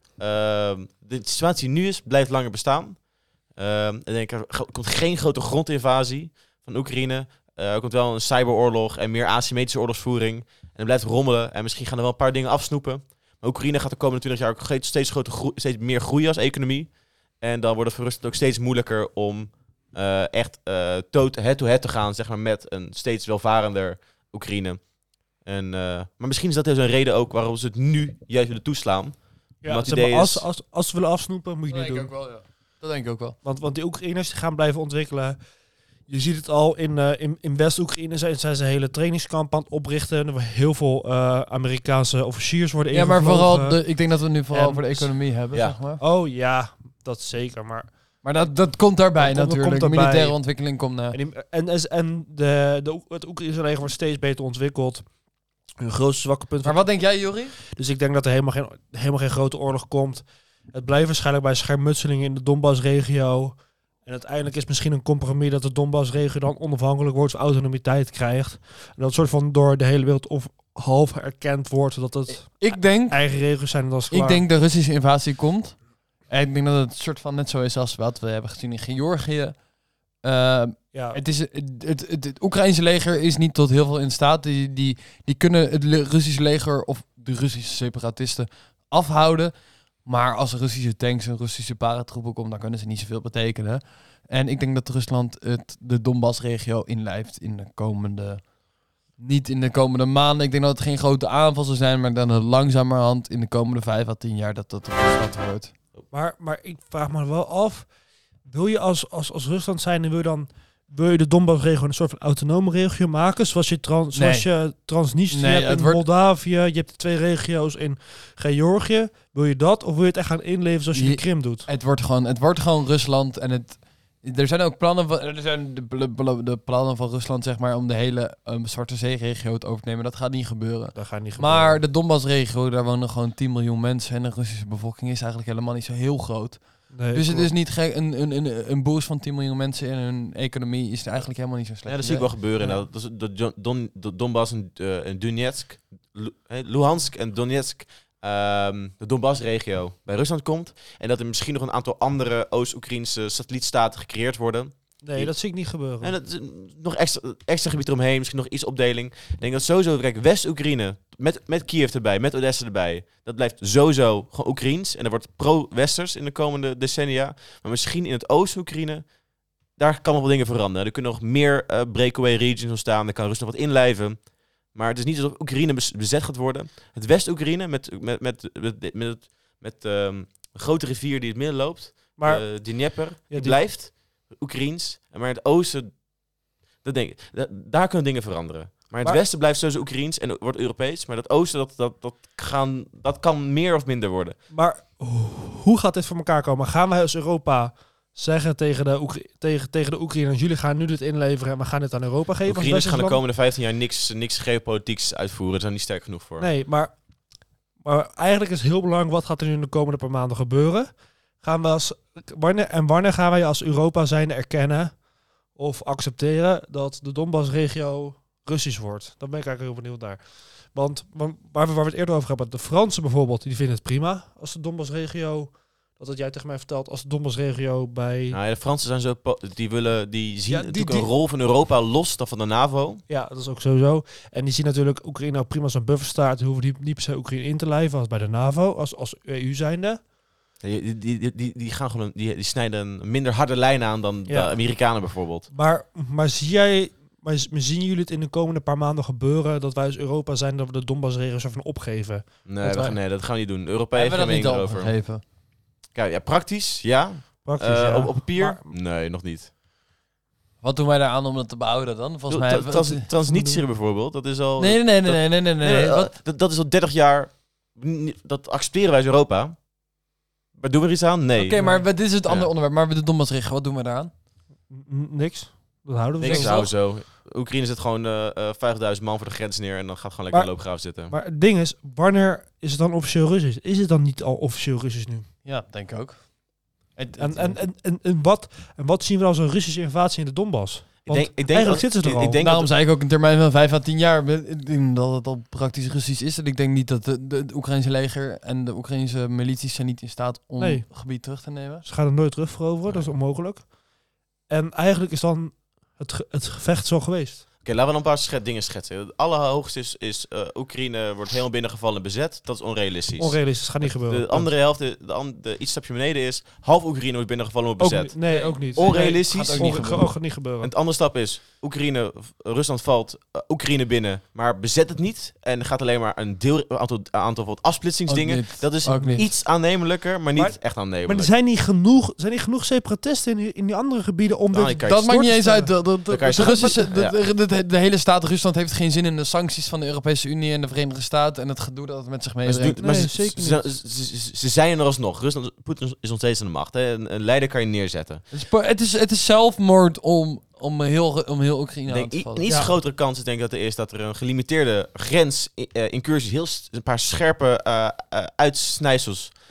Uh, de situatie die nu is, blijft langer bestaan. Uh, ik denk er komt geen grote grondinvasie van Oekraïne. Uh, er komt wel een cyberoorlog en meer asymmetrische oorlogsvoering. En het blijft rommelen. En misschien gaan er wel een paar dingen afsnoepen. Maar Oekraïne gaat de komende twintig jaar ook steeds, groter groe- steeds meer groeien als economie. En dan wordt het voor Rusland ook steeds moeilijker om uh, echt uh, head-to-head te gaan, zeg maar, met een steeds welvarender Oekraïne. En, uh, maar misschien is dat dus een reden ook waarom ze het nu juist willen toeslaan. Ja, Omdat zeg het idee maar, als, is... als, als ze willen afsnoepen, moet je Dat niet denk doen. ik ook wel, ja. Dat denk ik ook wel. Want, want die Oekraïners die gaan blijven ontwikkelen. Je ziet het al in, uh, in, in West-Oekraïne zijn, zijn ze hele trainingskamp aan het oprichten. Er worden heel veel uh, Amerikaanse officiers worden Ja, maar ingevlogen. vooral, de, ik denk dat we het nu vooral En- voor de economie hebben, Ja. zeg maar. Oh ja, dat zeker. Maar Maar dat, dat komt daarbij Dat komt- dat natuurlijk. komt De daarbij. militaire ontwikkeling komt na. En, die- en, en, en de, de, het Oekraïnse leger wordt steeds beter ontwikkeld. Hun grootste zwakke punt. Maar wat denk jij, Jori? Dus ik denk dat er helemaal geen, helemaal geen grote oorlog komt. Het blijft waarschijnlijk bij schermutselingen in de Donbass-regio. En uiteindelijk is misschien een compromis dat de Donbass-regio dan onafhankelijk wordt, of autonomiteit krijgt. En dat soort van door de hele wereld of half erkend wordt dat het Ik denk, eigen regio's zijn en dat is klaar. ik denk de Russische invasie komt. En ik denk dat het soort van net zo is als wat we hebben gezien in Georgië. Uh, Ja. Het, is, het, het, het, het Oekraïnse leger is niet tot heel veel in staat. Die, die, die kunnen het le- Russische leger of de Russische separatisten afhouden. Maar als er Russische tanks en Russische paratroepen komen, dan kunnen ze niet zoveel betekenen. En ik denk dat Rusland het, de Donbass-regio inlijft in de komende... Niet in de komende maanden. Ik denk dat het geen grote aanval zal zijn, maar dan langzamerhand in de komende vijf à tien jaar dat dat Rusland wordt. Maar, maar ik vraag me wel af, wil je als, als, als Rusland zijn, en wil je dan wil je de Donbass-regio een soort van autonome regio maken, zoals je, trans, zoals Nee. je Transnistrië Nee, hebt het in wordt- Moldavië, je hebt de twee regio's in Georgië. Wil je dat, of wil je het echt gaan inleven zoals je Je- de Krim doet? Het wordt gewoon, het wordt gewoon Rusland en het. Er zijn ook plannen van, er zijn de, de, de plannen van Rusland zeg maar om de hele um, Zwarte Zee-regio te over te nemen. Dat gaat niet gebeuren. Dat gaat niet gebeuren. Maar de Donbass-regio, daar wonen gewoon tien miljoen mensen en de Russische bevolking is eigenlijk helemaal niet zo heel groot. Nee, Dus het klopt. is niet gek, een, een, een, een boost van tien miljoen mensen in hun economie is eigenlijk helemaal niet zo slecht. Ja, dat zie ik wel gebeuren. Ja. Nou, dat is de Don, Don, de Donbass en, uh, en Donetsk, Lu- hè, Luhansk en Donetsk, um, de Donbass-regio bij Rusland komt. En dat er misschien nog een aantal andere Oost-Oekraïnse satellietstaten gecreëerd worden. Nee, dat zie ik niet gebeuren. En dat is nog extra, extra gebied eromheen, misschien nog iets opdeling. Ik denk dat sowieso, kijk, West-Oekraïne, met, met Kiev erbij, met Odessa erbij, dat blijft sowieso gewoon Oekraïens. En er wordt pro-Westers in de komende decennia. Maar misschien in het Oost-Oekraïne, daar kan nog wel dingen veranderen. Er kunnen nog meer uh, breakaway regions ontstaan, daar kan Rusland wat inlijven. Maar het is niet alsof Oekraïne bez- bezet gaat worden. Het West-Oekraïne, met, met, met, met, met, met, met um, een grote rivier die het midden loopt, Maar uh, Dnieper, die, die- blijft Oekraïens. Maar in het oosten, dat denk ik, da- daar kunnen dingen veranderen. Maar in het Maar- westen blijft sowieso Oekraïens en wordt Europees. Maar dat oosten, dat, dat, dat, gaan, dat kan meer of minder worden. Maar hoe gaat dit voor elkaar komen? Gaan wij als Europa zeggen tegen de, Oekra- tegen, tegen de Oekraïners, jullie gaan nu dit inleveren en we gaan dit aan Europa geven? als Oekraïners gaan de West-Rusland? komende vijftien jaar niks, niks geopolitieks uitvoeren. Daar zijn die sterk genoeg voor. Nee, maar, maar eigenlijk is het heel belangrijk, wat gaat er nu in de komende paar maanden gebeuren? Gaan we als, wanneer, en wanneer gaan wij als Europa zijn erkennen of accepteren dat de Donbass-regio Russisch wordt? Dan ben ik eigenlijk heel benieuwd naar. Want want waar we, waar we het eerder over hebben, de Fransen bijvoorbeeld, die vinden het prima als de Donbass-regio, dat had jij tegen mij verteld, als de Donbass-regio bij... Nou ja, de Fransen zijn zo, po- die willen, die zien Ja, die- natuurlijk die- een rol van Europa los dan van de NAVO. Ja, dat is ook sowieso. En die zien natuurlijk Oekraïne ook prima als een bufferstaat. Die hoeven niet, niet per se Oekraïne in te lijven als bij de NAVO, als, als E U zijnde. Die, die, die, die, die gaan gewoon, een- die, die snijden een minder harde lijn aan dan Ja. de Amerikanen bijvoorbeeld. Maar, maar zie jij, maar z- maar zien jullie het in de komende paar maanden gebeuren dat wij als Europa zijn dat we de Donbass-regio zo van opgeven? Nee, Dat we gaan, wij- nee, dat gaan we niet doen. De Europa heeft Hebben we geen dat mening niet al erover. gegeven? Kijk, ja, praktisch, ja. Praktisch, Eh, ja. op, op papier? Maar- nee, nog niet. Wat doen wij daar aan om dat te behouden dan? Volgens mij... Tra- hebben we- trans- Transnistrië bijvoorbeeld, dat is al... Nee, nee, nee, dat- nee, nee, nee, nee. Nee, nee. eh, Wat? dat, dat is al dertig jaar... ni- Dat accepteren wij als Europa. Maar doen we er iets aan? Nee. Oké, maar wat is het andere Ja. onderwerp? Maar de Donbass-regio, wat doen we daaraan? N- niks. Dat houden we Niks zo. zou zo. Oekraïne zet gewoon eh eh, vijftigduizend man voor de grens neer en dan gaat gewoon lekker Maar- in loopgraaf zitten. Maar het ding is, wanneer is het dan officieel Russisch? Is het dan niet al officieel Russisch nu? Ja, denk ik ook. Het- En, het- en, en, en, en, wat, en wat zien we als een Russische invasie in de Donbass? ik Want denk, ik denk eigenlijk dat- zitten ze er ik- al. Ik denk Daarom dat, zei ik ook een termijn van vijf à tien jaar. Ik denk dat het al praktisch Russisch is. En ik denk niet dat de, de, het Oekraïnse leger en de Oekraïnse milities zijn niet in staat om Nee. gebied terug te nemen. Ze gaan er nooit terug veroveren, dat is onmogelijk. En eigenlijk is dan het, ge- het gevecht zo geweest. Oké, laten we dan een paar schet dingen schetsen. Het allerhoogste is, is eh, Oekraïne wordt helemaal binnengevallen en bezet. Dat is onrealistisch. Onrealistisch, gaat niet gebeuren. De andere helft, de, de, an- de iets stapje beneden is, half Oekraïne wordt binnengevallen en wordt Ook bezet. niet- nee, ook niet. Onrealistisch. Nee, Gaat ook niet onge- gebeuren. ook gaat niet gebeuren. En het andere stap is, Oekraïne, Rusland valt uh, Oekraïne binnen, maar bezet het niet. En gaat alleen maar een deel, een aantal, een aantal wat afsplitsingdingen. Ook niet. Dat is Ook niet. iets aannemelijker, maar niet Maar- echt Maar aannemelijk. er zijn niet genoeg, zijn niet genoeg separatisten in die, in die andere gebieden om Nou, dit... ik kan je Dat maakt voor niet te eens uit. De, de, de, Dan kan je de Russische, de, Ja. de, de, de- de hele staat Rusland heeft geen zin in de sancties van de Europese Unie en de Verenigde Staten en het gedoe dat het met zich Maar ze, meebrengt. doen- maar Nee, ze, zeker ze, niet. ze, ze- ze zijn er alsnog. Rusland, Poetin is nog steeds aan de macht. Hè. Een, een leider kan je neerzetten. Het is, po- het is, het is zelfmoord om, om, heel, om heel Oekraïne Ik aan denk, te i- vallen. een iets Ja. grotere kans is denk ik dat er is dat er een gelimiteerde grens, uh, incursies, heel st- een paar scherpe uh, uh, uitsnijsels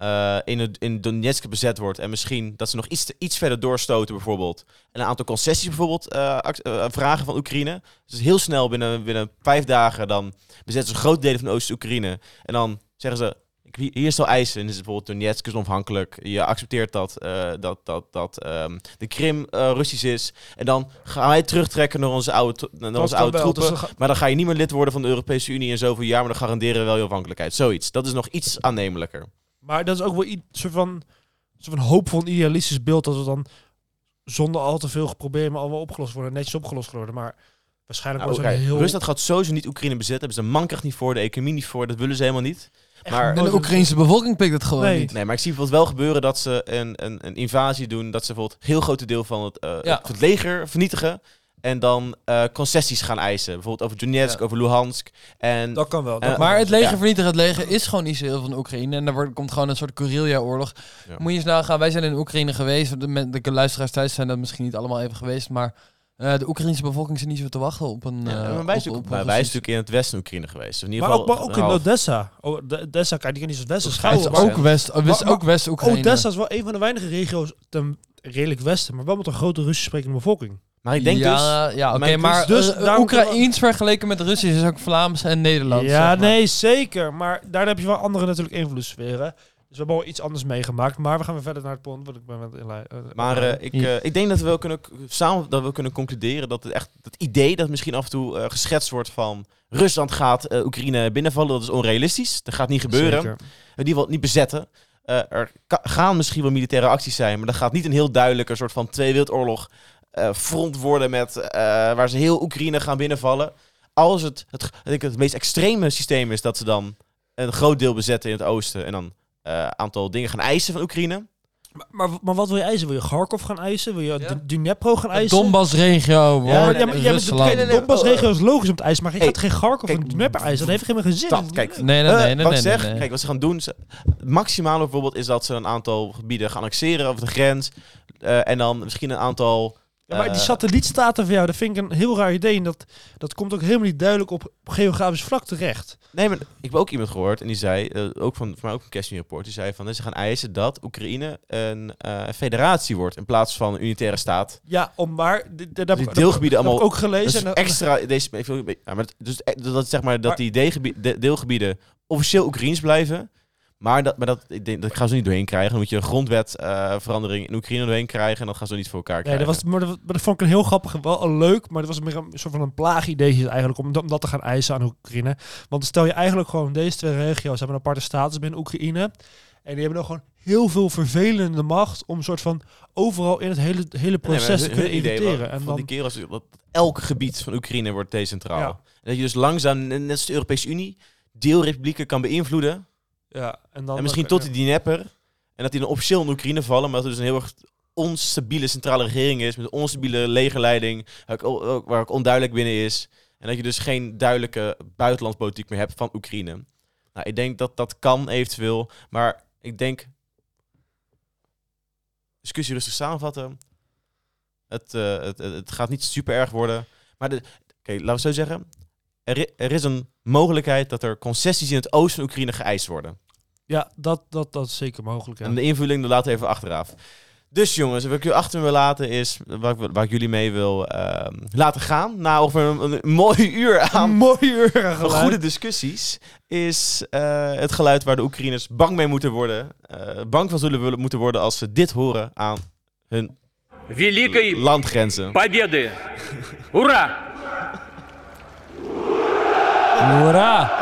uh, in, in Donetsk bezet wordt en misschien dat ze nog iets, iets verder doorstoten bijvoorbeeld. En een aantal concessies bijvoorbeeld uh, act, uh, vragen van Oekraïne. Dus heel snel binnen, binnen vijf dagen dan bezetten ze grote delen van Oost-Oekraïne. En dan zeggen ze, hier is al eisen. En is bijvoorbeeld Donetsk is onafhankelijk. Je accepteert dat, uh, dat, dat, dat um, de Krim uh, Russisch is. En dan gaan wij terugtrekken naar onze oude, to- naar onze oude wel, troepen. dus ga- Maar dan ga je niet meer lid worden van de Europese Unie in zoveel jaar. Maar dan garanderen we wel je afhankelijkheid. Zoiets. Dat is nog iets aannemelijker. Maar dat is ook wel iets soort van, soort van hoopvol idealistisch beeld dat we dan zonder al te veel problemen allemaal opgelost worden, netjes opgelost worden. Maar waarschijnlijk Nou, was het kijk, heel... Rusland gaat sowieso niet Oekraïne bezetten. Hebben ze de mankracht niet voor, de economie niet voor. Dat willen ze helemaal niet. echt maar- En nooit de Oekraïnse bevolking pikt het gewoon Nee. niet. Nee, maar ik zie bijvoorbeeld wel gebeuren dat ze een, een, een invasie doen. Dat ze bijvoorbeeld een heel grote deel van het, uh, Ja. het leger vernietigen. En dan uh, concessies gaan eisen. Bijvoorbeeld over Donetsk, Ja. over Luhansk. En Dat kan wel. Dat Eh, kan Maar wel. het leger Ja. vernietigen, het leger is gewoon niet zo heel van Oekraïne. En daar wordt, komt gewoon een soort guerrilla-oorlog. Ja. Moet je eens nagaan, wij zijn in Oekraïne geweest. De, men- de luisteraars thuis zijn dat misschien niet allemaal even geweest. Maar uh, de Oekraïnse bevolking zit niet zo te wachten op een... Ja, uh, maar wij, op- zijn natuurlijk- op maar een wij zijn Russisch- natuurlijk in het westen Oekraïne geweest. Dus in ieder Maar geval ook, maar ook in half. Odessa. Oh, de- Odessa, kijk, die kan niet als Westen Dat Het schouwen. is schijnt Maar ook West, het is Maar- ook West-Oekraïne. Odessa is wel een van de weinige regio's ten redelijk westen, maar wel met een grote Russisch sprekende bevolking. Maar ik denk ja, dus... ja, oké, mijn- maar dus dus daarom- Oekraïens vergeleken met Russisch is ook Vlaams en Nederlands. ja, zeg maar. nee, zeker. Maar daar heb je wel andere natuurlijk invloedssferen. Dus we hebben wel iets anders meegemaakt. Maar we gaan weer verder naar het punt wat ik ben met inlei- uh, Maar uh, ik, uh, ik denk dat we wel kunnen k- samen dat we kunnen concluderen dat het echt het idee dat misschien af en toe uh, geschetst wordt van Rusland gaat uh, Oekraïne binnenvallen, dat is onrealistisch. Dat gaat niet gebeuren. Zeker. In ieder geval niet bezetten. Uh, er ka- gaan misschien wel militaire acties zijn, maar dat gaat niet een heel duidelijke soort van Tweede Wereldoorlog uh, front worden met uh, waar ze heel Oekraïne gaan binnenvallen. Als het, het, ik denk het meest extreme systeem is dat ze dan een groot deel bezetten in het oosten en dan een uh, aantal dingen gaan eisen van Oekraïne. Maar, maar, maar wat wil je eisen? Wil je Kharkov gaan eisen? Wil je Ja. D- Dnipro gaan De eisen? Donbass-regio Ja, wordt Ja, maar, ja, maar, ja, maar Rusland. de, nee, nee, Donbass-regio is logisch om te eisen, maar je Hey, gaat geen Kharkov kijk, en Dnipro eisen. Dat heeft geen zin. Dat, kijk, Nee, nee, Uh, nee, nee, wat nee, ik zeg, nee, nee. kijk, wat ze gaan doen, ze, het maximale bijvoorbeeld is dat ze een aantal gebieden gaan annexeren over de grens. Uh, en dan misschien een aantal... Ja, maar die uh, satellietstaten van jou, dat vind ik een heel raar idee. En dat, dat komt ook helemaal niet duidelijk op geografisch vlak terecht. Nee, maar ik heb ook iemand gehoord en die zei, uh, ook van, voor mij ook een Casting Report, die zei van, uh, ze gaan eisen dat Oekraïne een uh, federatie wordt in plaats van een unitaire staat. Ja, om maar... d- d- daar heb Die ik- dat deelgebieden heb ik allemaal... ook gelezen. Dus en dan- extra, deze, ik wil- ja, maar het- dus, eh, dat, zeg maar, dat Maar- die deelgebi- de- deelgebieden officieel Oekraïens blijven. Maar dat, maar dat, ik denk, dat gaan ze niet doorheen krijgen. Dan moet je een grondwetverandering uh, in Oekraïne doorheen krijgen. En dat gaan ze niet voor elkaar Nee, krijgen. dat, was, maar, dat, maar dat vond ik een heel grappig, wel een leuk, maar dat was meer een soort van een plaagidee eigenlijk om, dat- om dat te gaan eisen aan Oekraïne. Want stel je eigenlijk gewoon, deze twee regio's hebben een aparte status binnen Oekraïne. En die hebben dan gewoon heel veel vervelende macht om een soort van overal in het hele, hele proces Nee, maar te hun- kunnen hun idee inviteren. wa- En van dan, die kerels is dat elk gebied van Oekraïne wordt decentraal. Ja. En dat je dus langzaam, net als de Europese Unie, deelrepublieken kan beïnvloeden. ja, en, dan En misschien tot die Dnieper. En dat die dan officieel in Oekraïne vallen. Maar dat er dus een heel erg onstabiele centrale regering is. Met een onstabiele legerleiding. Waar ook, ook- waar ook onduidelijk binnen is. En dat je dus geen duidelijke buitenlandspolitiek meer hebt van Oekraïne. Nou, ik denk dat dat kan eventueel. Maar ik denk... Discussie rustig samenvatten. Het, uh, het, het, het gaat niet super erg worden. Maar de, okay, laten we zo zeggen. Er, i- er is een mogelijkheid dat er concessies in het oosten van Oekraïne geëist worden. Ja, dat, dat, dat is zeker mogelijk. Ja. En de invulling dat laten we even achteraf. Dus jongens, wat ik jullie achter me wil laten is... Waar ik, waar ik jullie mee wil uh, laten gaan... Na over een, een mooi uur aan mooie uren geluid. goede discussies... is uh, het geluid waar de Oekraïners bang mee moeten worden. Uh, bang van zullen willen moeten worden als ze dit horen aan hun Великой landgrenzen. Победы! Ура! Hoera!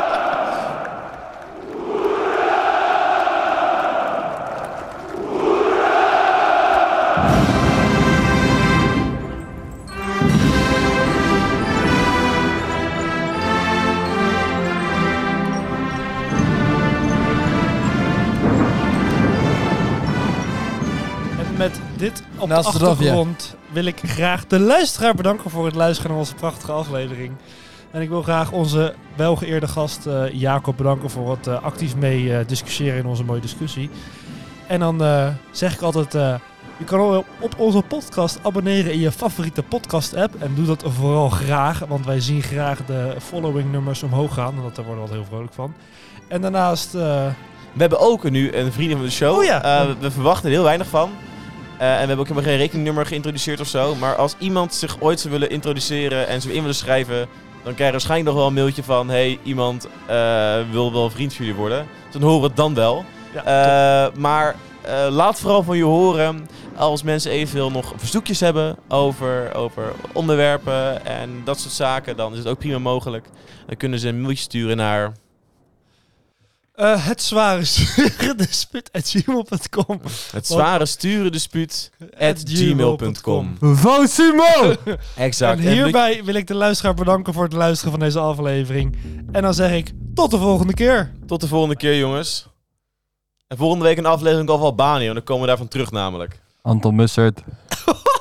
En met dit op Naast de de achtergrond wil ik graag de luisteraar bedanken voor het luisteren naar onze prachtige aflevering. En ik wil graag onze welgeëerde gast uh, Jacob bedanken voor het uh, actief mee uh, discussiëren in onze mooie discussie. En dan uh, zeg ik altijd, uh, je kan op onze podcast abonneren in je favoriete podcast app. En doe dat vooral graag, want wij zien graag de following nummers omhoog gaan. En daar worden we altijd heel vrolijk van. En daarnaast uh, We hebben ook nu een vrienden van de show. Oh ja. Uh, we verwachten er heel weinig van. Uh, en we hebben ook helemaal geen rekeningnummer geïntroduceerd of zo. Maar als iemand zich ooit zou willen introduceren en ze in willen schrijven, dan krijg je waarschijnlijk nog wel een mailtje van, hey, iemand uh, wil wel vriend van jullie worden. Dus dan horen we het dan wel. Ja, uh, maar uh, laat vooral van je horen als mensen eventueel nog verzoekjes hebben over, over onderwerpen en dat soort zaken. Dan is het ook prima mogelijk. Dan kunnen ze een mailtje sturen naar... Uh, het zware sturen dispuut at gmail punt com. Het zware sturen dispuut at gmail punt com. Van Simon! Exact. En hierbij wil ik de luisteraar bedanken voor het luisteren van deze aflevering. En dan zeg ik tot de volgende keer. Tot de volgende keer, jongens. En volgende week een aflevering over Albanië, want dan komen we daarvan terug namelijk. Anton Mussert.